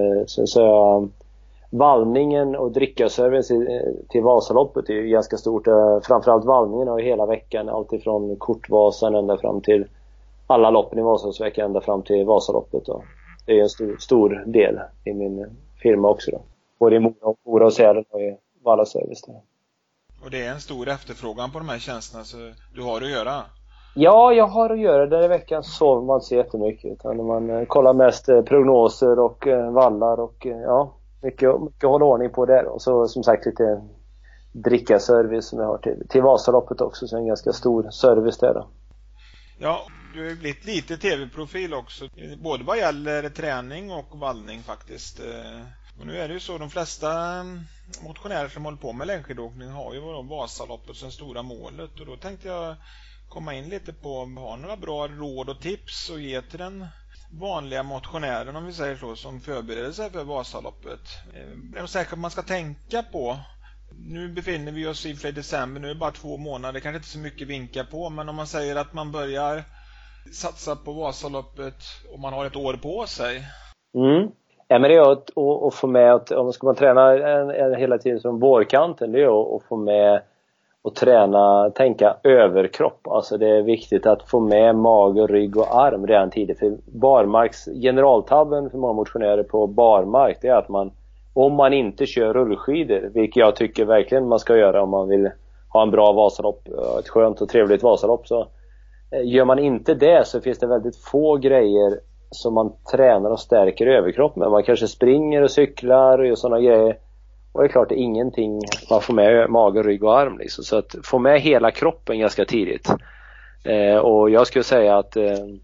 Så vallningen och drickaservice till Vasaloppet är ju ganska stort. Framförallt vallningen har ju hela veckan, alltifrån Kortvasan ända fram till alla loppen i Vasaloppsveckan ända fram till Vasaloppet då. Det är en stor del i min firma också då. Både i Mora och Sälen och i Vallaservice då. Och det är en stor efterfrågan på de här tjänsterna så du har att göra? Ja, jag har att göra det. I veckan sover man inte så jättemycket utan man kollar mest prognoser och vallar och ja, mycket hålla ordning på det. Och så som sagt lite drickaservice som jag har till Vasaloppet också, så en ganska stor service där då. Ja, du har blivit lite tv-profil också, både vad gäller träning och vallning faktiskt. Och nu är det ju så, de flesta motionärer som håller på med längdskidåkning har ju Vasaloppet som stora målet. Och då tänkte jag komma in lite på om du har några bra råd och tips och ge till den vanliga motionären, om vi säger så, som förbereder sig för Vasaloppet. Är det säkert man ska tänka på? Nu befinner vi oss i december, nu är det bara 2 månader, kanske inte så mycket vinka på, men om man säger att man börjar satsa på Vasaloppet och man har ett år på sig. Ja, men det är att få med att om man ska träna hela tiden från vårkanten, det är att få med och träna, tänka överkropp. Alltså det är viktigt att få med mage, rygg och arm redan tidigt. För barmarks, generaltabben för många motionärer på barmark, det är att om man inte kör rullskidor, vilket jag tycker verkligen man ska göra om man vill ha en bra Vasalopp, ett skönt och trevligt Vasalopp, så gör man inte det så finns det väldigt få grejer som man tränar och stärker överkropp med. Man kanske springer och cyklar och gör sådana grejer. Och det är klart det är ingenting man får med mage, rygg och arm liksom. Så att få med hela kroppen ganska tidigt. Och jag skulle säga att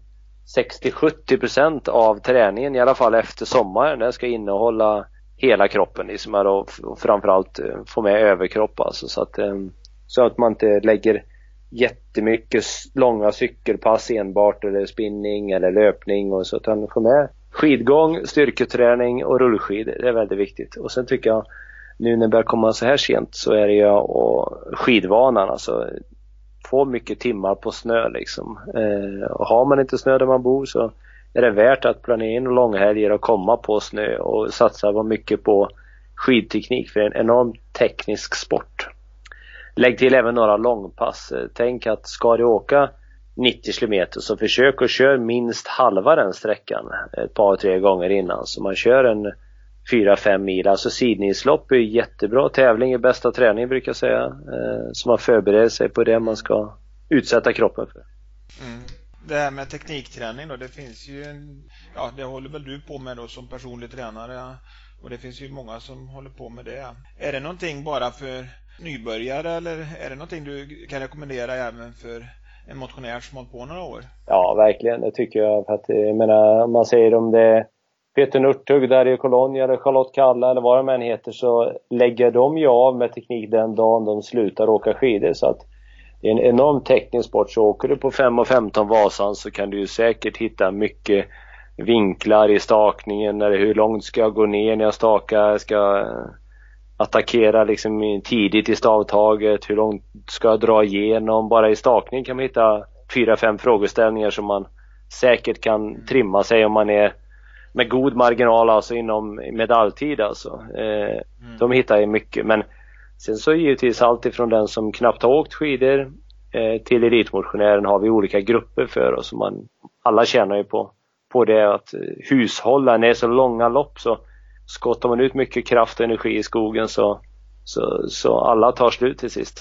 60-70% av träningen, i alla fall efter sommaren, den ska innehålla hela kroppen liksom, och framförallt få med överkropp alltså, så att man inte lägger jättemycket långa cykelpass enbart eller spinning eller löpning, och så att man får med skidgång, styrketräning och rullskidor. Det är väldigt viktigt. Och sen tycker jag nu när det börjar komma så här sent så är det ju och skidvanan, alltså få mycket timmar på snö liksom. Och har man inte snö där man bor så är det värt att planera in långhelger och komma på snö och satsa mycket på skidteknik, för det är en enorm teknisk sport. Lägg till även några långpass. Tänk att ska du åka 90 km så försök att köra minst halva den sträckan ett par 3 gånger innan, så man kör en 4-5 mil. Alltså sidningslopp är jättebra. Tävling är bästa träning brukar jag säga. Så man förbereder sig på det man ska utsätta kroppen för. Det här med teknikträning då, det finns ju det håller väl du på med då som personlig tränare, ja. Och det finns ju många som håller på med det. Är det någonting bara för nybörjare eller är det någonting du kan rekommendera även för en motionär som hållit på några år? Ja, verkligen. Det tycker jag. För att, jag menar, om man säger om det är Peter Nurtug där i Colonia eller Charlotte Kalla eller vad de än heter, så lägger de ju av med teknik den dagen de slutar åka skidor. Så att det är en enorm teknisk sport. Så åker du på 5 och 15 Vasan så kan du ju säkert hitta mycket vinklar i stakningen, eller hur långt ska jag gå ner när jag stakar, ska attackera liksom tidigt i stavtaget, hur långt ska jag dra igenom. Bara i stakning kan man hitta 4-5 frågeställningar som man säkert kan trimma sig om man är med god marginal, alltså inom medaljtid alltså. De hittar ju mycket, men sen så givetvis allt ifrån den som knappt har åkt skidor till elitmotionären har vi olika grupper för oss. Alla tjänar ju på det att hushålla. När det är så långa lopp så skottar man ut mycket kraft och energi i skogen så alla tar slut till sist.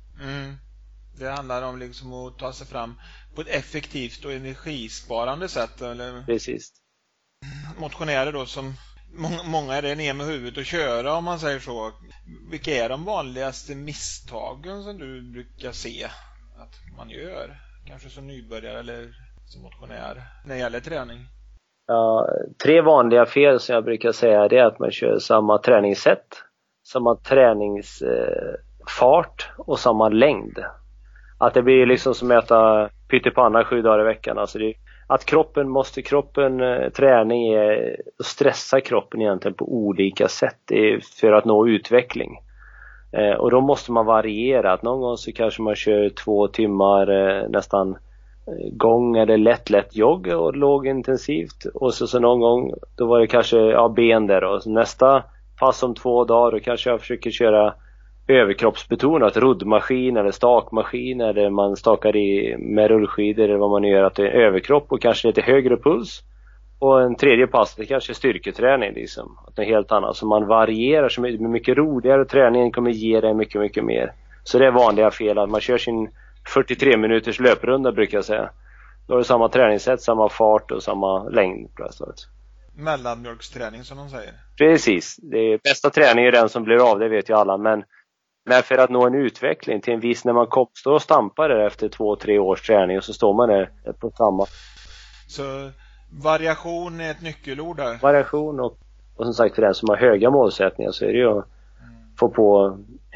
Det handlar om liksom att ta sig fram på ett effektivt och energisparande sätt, eller? Precis. Motionärer då som många är det ner med huvudet och köra, om man säger så. Vilka är de vanligaste misstagen som du brukar se att man gör? Kanske som nybörjare eller som motionär när det gäller träning? Ja, 3 vanliga fel som jag brukar säga, det är att man kör samma träningssätt, samma träningsfart och samma längd. Att det blir liksom som att äta pyttipanna 7 dagar i veckan. Alltså att träning är att stressa kroppen egentligen på olika sätt för att nå utveckling. Och då måste man variera. Att någon gång så kanske man kör 2 timmar nästan gång eller lätt jogg och lågintensivt. Och så någon gång då var det kanske ben där. Och nästa pass om 2 dagar då kanske jag försöker köra överkroppsbetonat, roddmaskin eller stakmaskin, eller man stakar i med rullskidor eller vad man gör, att det är överkropp och kanske lite högre puls. Och en tredje pass, det kanske är styrketräning liksom, att det är helt annat. Så man varierar, så mycket roligare träningen kommer ge dig mycket, mycket mer. Så det är vanliga fel, att man kör sin 43 minuters löprunda brukar jag säga. Då är det samma träningssätt, samma fart och samma längd plötsligt. Mellanmjölksträning som de säger. Precis, det bästa träning är den som blir av, det vet ju alla, men för att nå en utveckling till en viss, när man står och stampar där efter 2-3 års träning och så står man där på samma. Så variation är ett nyckelord där. Variation och som sagt för den som har höga målsättningar så är det ju att få på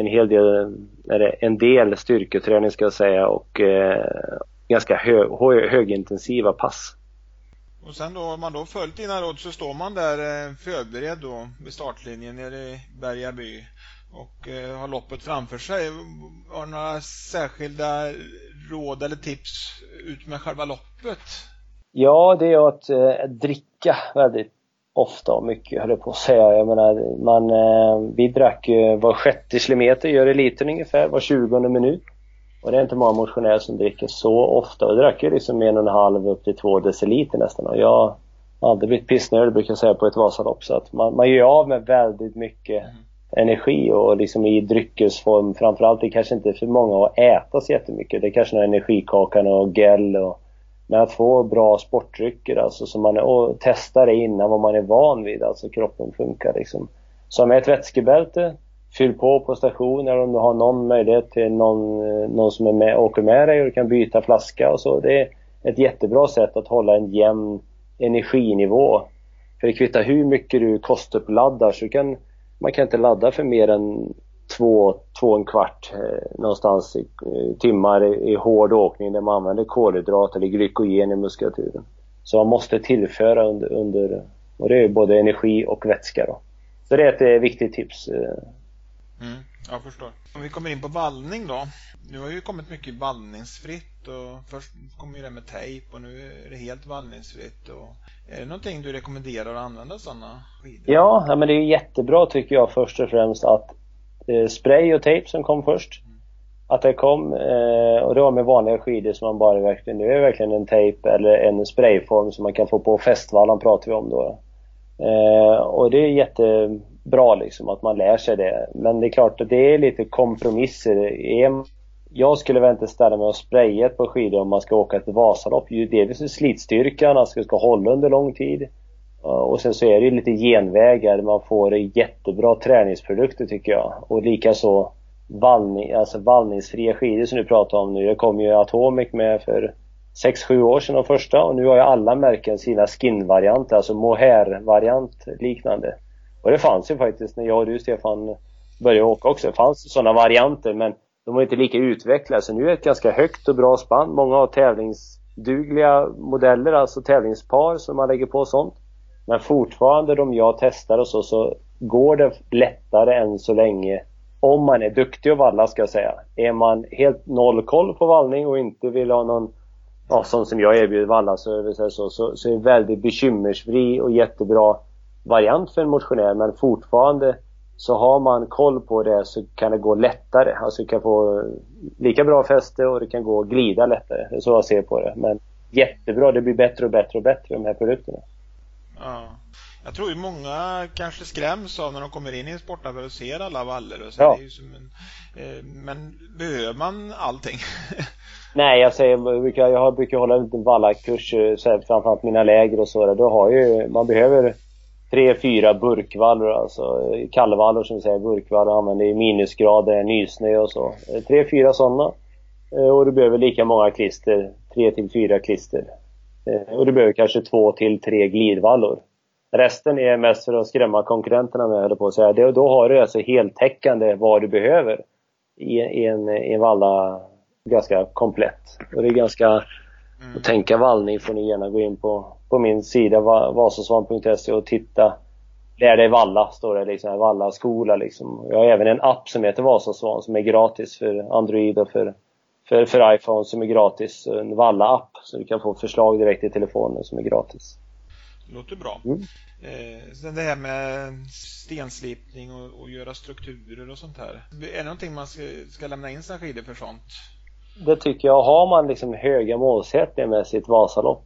en del styrketräning ska jag säga, och ganska högintensiva pass. Och sen då, om man då följt dina råd, så står man där förberedd då vid startlinjen nere i Bergaby och har loppet framför sig. Har några särskilda råd eller tips ut med själva loppet? Ja, det är att dricka väldigt ofta och mycket, höll jag på att säga. Jag menar, vi drack var 60 kilometer, gör det liten ungefär, var 20:e minut. Och det är inte många motionärer som dricker så ofta. Och drack liksom 1,5 upp till 2 deciliter nästan. Och jag har aldrig blivit pissnödig, brukar jag säga, på ett Vasalopp. Så att man gör av med väldigt mycket energi och liksom i dryckesform. Framförallt det kanske inte för många att äta så jättemycket. Det är kanske några energikakan och gel och... Men att få bra sportdrycker, alltså, så och testa det innan vad man är van vid, alltså kroppen funkar liksom. Så med ett vätskebälte, fyll på stationer om du har någon möjlighet till någon som är med, åker med dig och du kan byta flaska och så. Det är ett jättebra sätt att hålla en jämn energinivå. För det kvittar hur mycket du kostuppladdar, så man kan inte ladda för mer än 2,25 någonstans i timmar i hård åkning där man använder kolhydrat eller glykogen i muskulaturen. Så man måste tillföra under och det är både energi och vätska då. Så det är ett viktigt tips. Jag förstår. Om vi kommer in på vallning då. Nu har ju kommit mycket vallningsfritt och först kom ju det med tejp och nu är det helt vallningsfritt. Och är det någonting du rekommenderar att använda sådana skidor? Ja, men det är jättebra tycker jag först och främst att spray och tejp som kom först. Att det kom och det var med vanliga skidor som man bara verkligen, nu är verkligen en tejp eller en sprayform som man kan få på festvallan pratar vi om då. Och det är jättebra liksom att man lär sig det. Men det är klart att det är lite kompromisser. Jag skulle väl inte ställa mig och spraya på skidor om man ska åka ett Vasalopp. Dels är slitstyrkan, alltså ska hålla under lång tid. Och sen så är det ju lite genvägar. Man får jättebra träningsprodukter tycker jag. Och likaså vallningsfria skidor som du pratar om nu. Det kom ju Atomic med för 6-7 år sedan de första. Och nu har ju alla märken sina skin-varianter. Alltså mohair-variant liknande. Och det fanns ju faktiskt när jag och du Stefan började åka också. Det fanns sådana varianter men de var inte lika utvecklade. Så nu är det ett ganska högt och bra spann. Många har tävlingsdugliga modeller, alltså tävlingspar som man lägger på sånt. Men fortfarande de jag testar och så går det lättare än så länge. Om man är duktig att valla ska jag säga. Är man helt noll koll på vallning och inte vill ha någon, sån som jag erbjuder valla så är det väldigt bekymmersfri och jättebra variant för en motionär. Men fortfarande så har man koll på det så kan det gå lättare. Alltså du kan få lika bra fäste och det kan gå och glida lättare. Det är så jag ser på det. Men jättebra, det blir bättre och bättre och bättre de här produkterna. Ja. Jag tror ju många kanske skräms av när de kommer in i en sportaffär och ser alla valler och så. Ja. Det är ju som men behöver man allting? Nej, jag brukar hålla en liten vallarkurs framförallt mina läger och så där. Då har ju man behöver 3-4 burkvallor, alltså kallvallor som vi säger, burkvallor använder i minusgrader, nysnö och så. 3-4 sådana. Och du behöver lika många klister, 3-4 klister. Och du behöver kanske 2-3 glidvallor. Resten är mest för att skrämma konkurrenterna med, eller på att säga. Då har du alltså heltäckande vad du behöver i en valla ganska komplett. Och det är ganska att tänka vallning, får ni gärna gå in på min sida vasasvan.se och titta. Lär dig valla, står det liksom, valla skola liksom. Jag har även en app som heter Vasasvan som är gratis för Android och för iPhone, som är gratis. En valla-app, så du kan få förslag direkt i telefonen som är gratis. Låter bra. Sen det här med stenslipning och göra strukturer och sånt här. Är det någonting man ska lämna in sina skidor för sånt? Det tycker jag. Har man liksom höga målsättningar med sitt Vasalopp,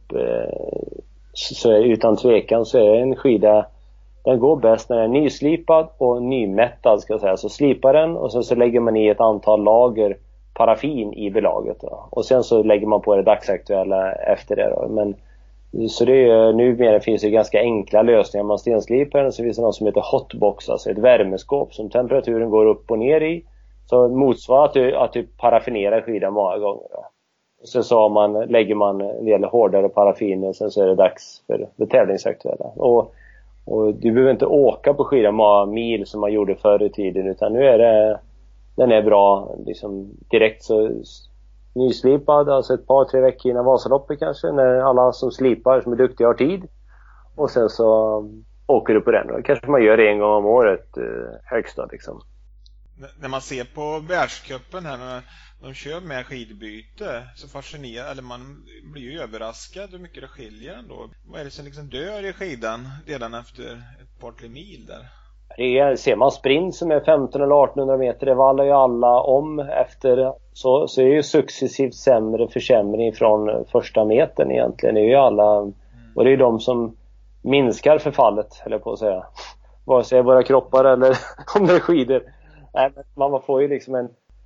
så är, utan tvekan så är en skida, den går bäst när den är nyslipad och nymättad, ska jag säga. Så slipar den och så lägger man i ett antal lager paraffin i belaget då. Och sen så lägger man på det dagsaktuella efter det då. Men så det är, numera finns det ganska enkla lösningar. Man stenslipar den, så finns det något som heter hotbox, alltså ett värmeskåp som temperaturen går upp och ner i, så motsvarar att du paraffinerar skidan många gånger då. Och sen så lägger man en del hårdare paraffin och sen så är det dags för det tävlingsaktuella. Och du behöver inte åka på skidan många mil som man gjorde förr i tiden, utan nu är den är bra liksom direkt, så nyslipad, alltså ett par 3 veckor innan Vasaloppet kanske, när alla som slipar, som är duktiga, har tid. Och sen så åker du på den. Och kanske man gör det en gång om året högst då, liksom. När man ser på världscupen här, när de kör med skidbyte, så fascinerar, eller man blir ju överraskad hur mycket det skiljer ändå. Vad är det som liksom dör i skidan redan efter ett par 3 mil där? Ser man sprint som är 15 eller 1800 meter, det vallar ju alla om efter, så är ju successivt försämring från första metern egentligen. Det är ju alla, och det är ju de som minskar förfallet, eller på att säga. Vare sig våra kroppar eller om det är skidor. Nej, man får ju liksom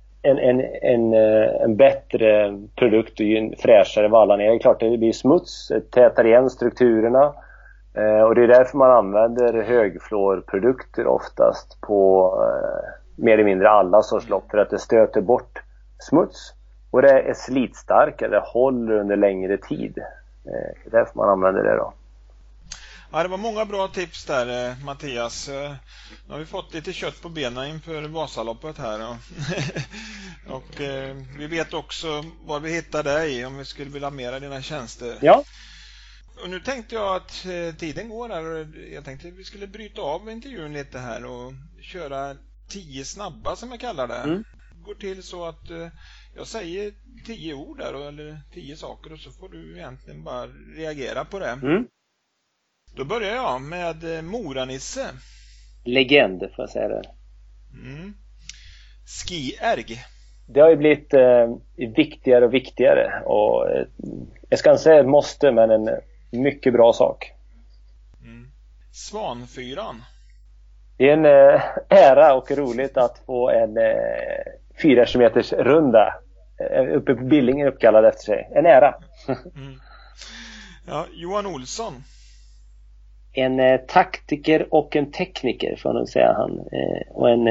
en bättre produkt och en fräschare vallar ner. Det är klart det blir smuts, tätar igen strukturerna. Och det är därför man använder högfluorprodukter oftast på mer eller mindre alla sorts lopp, för att det stöter bort smuts. Och det är slitstarkare, det håller under längre tid. Det är därför man använder det då. Ja, det var många bra tips där, Mattias. Nu har vi fått lite kött på benen inför Vasaloppet här. Och vi vet också var vi hittar dig om vi skulle vilja ha mer av dina tjänster. Ja. Och nu tänkte jag att tiden går här, och jag tänkte att vi skulle bryta av intervjun lite här och köra 10 snabba, som jag kallar det. Det går till så att jag säger 10 ord där, eller 10 saker, och så får du egentligen bara reagera på det. Då börjar jag med Moranisse. Legend, får jag säga det. Skierg. Det har ju blivit viktigare och viktigare. Och jag ska inte säga ett måste, men en mycket bra sak. Svanfyran. Det är en ära och roligt att få en 4 kilometers runda uppe på Billingen uppkallad efter sig. En ära. Ja, Johan Olsson. En taktiker och en tekniker, får man säga han. Och en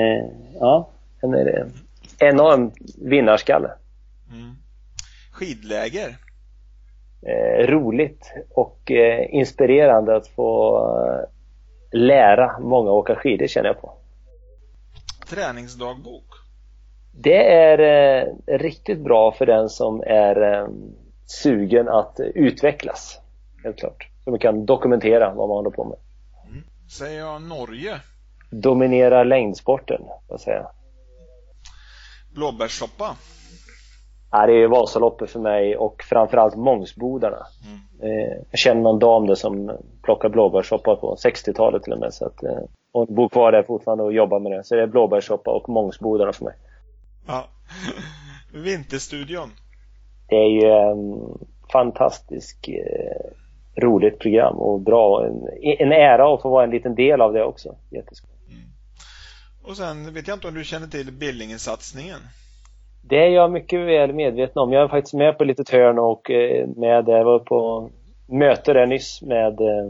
enorm vinnarskalle. Skidläger. Roligt och inspirerande att få lära många åka skidor, känner jag på. Träningsdagbok. Det är riktigt bra för den som är sugen att utvecklas, helt klart. Så man kan dokumentera vad man håller på med. Säger jag Norge. Dominera längdsporten, vad säger jag. Blåbärssoppa. Ja, det är Vasaloppet för mig, och framförallt Mångsbodarna. Jag känner någon dam där som plockar blåbärssoppa på 60-talet till och med. Så att, och bor kvar där fortfarande och jobbar med det. Så det är blåbärssoppa och Mångsbodarna för mig. Ja. Vinterstudion. Det är ju fantastiskt roligt program och bra. En ära att få vara en liten del av det också. Jätteskoj. Och sen vet jag inte om du känner till Billingen-satsningen. Det är jag mycket väl medveten om. Jag är faktiskt med på lite hörn och jag var på möte där nyss med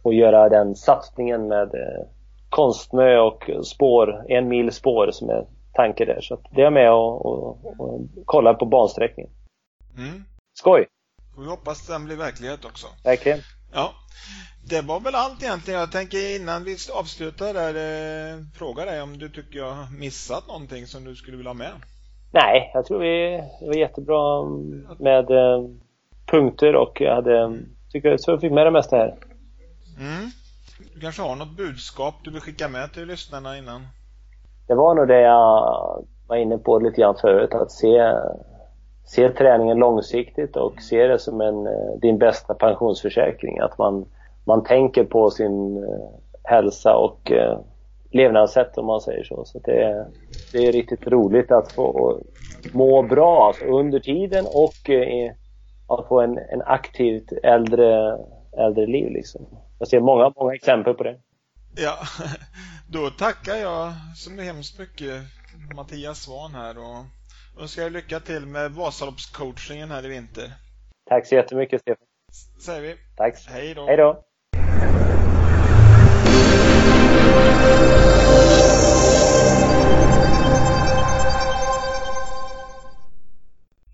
och göra den satsningen med Konstmö och spår, 1 mil spår som är tanke där. Så att det är med och kolla på bansträckningen. Skoj! Och vi hoppas att den blir verklighet också. Verkligen. Ja, det var väl allt egentligen. Jag tänker innan vi avslutar där fråga dig om du tycker jag har missat någonting som du skulle vilja ha med. Nej, jag tror det var jättebra med punkter och jag tycker så jag fick med det mesta här. Du kanske har något budskap du vill skicka med till lyssnarna innan? Det var nog det jag var inne på lite grann förut, att se träningen långsiktigt och se det som din bästa pensionsförsäkring. Att man tänker på sin hälsa och levnadssätt, om man säger så. Så det är riktigt roligt att få må bra alltså, under tiden och att få en aktivt äldre liv liksom. Jag ser många exempel på det. Ja, då tackar jag så hemskt mycket Mattias Svahn här och önskar lycka till med Vasaloppscoachingen här i vinter. Tack så jättemycket, Stefan. Säger vi. Tack. Hej då. Hej då.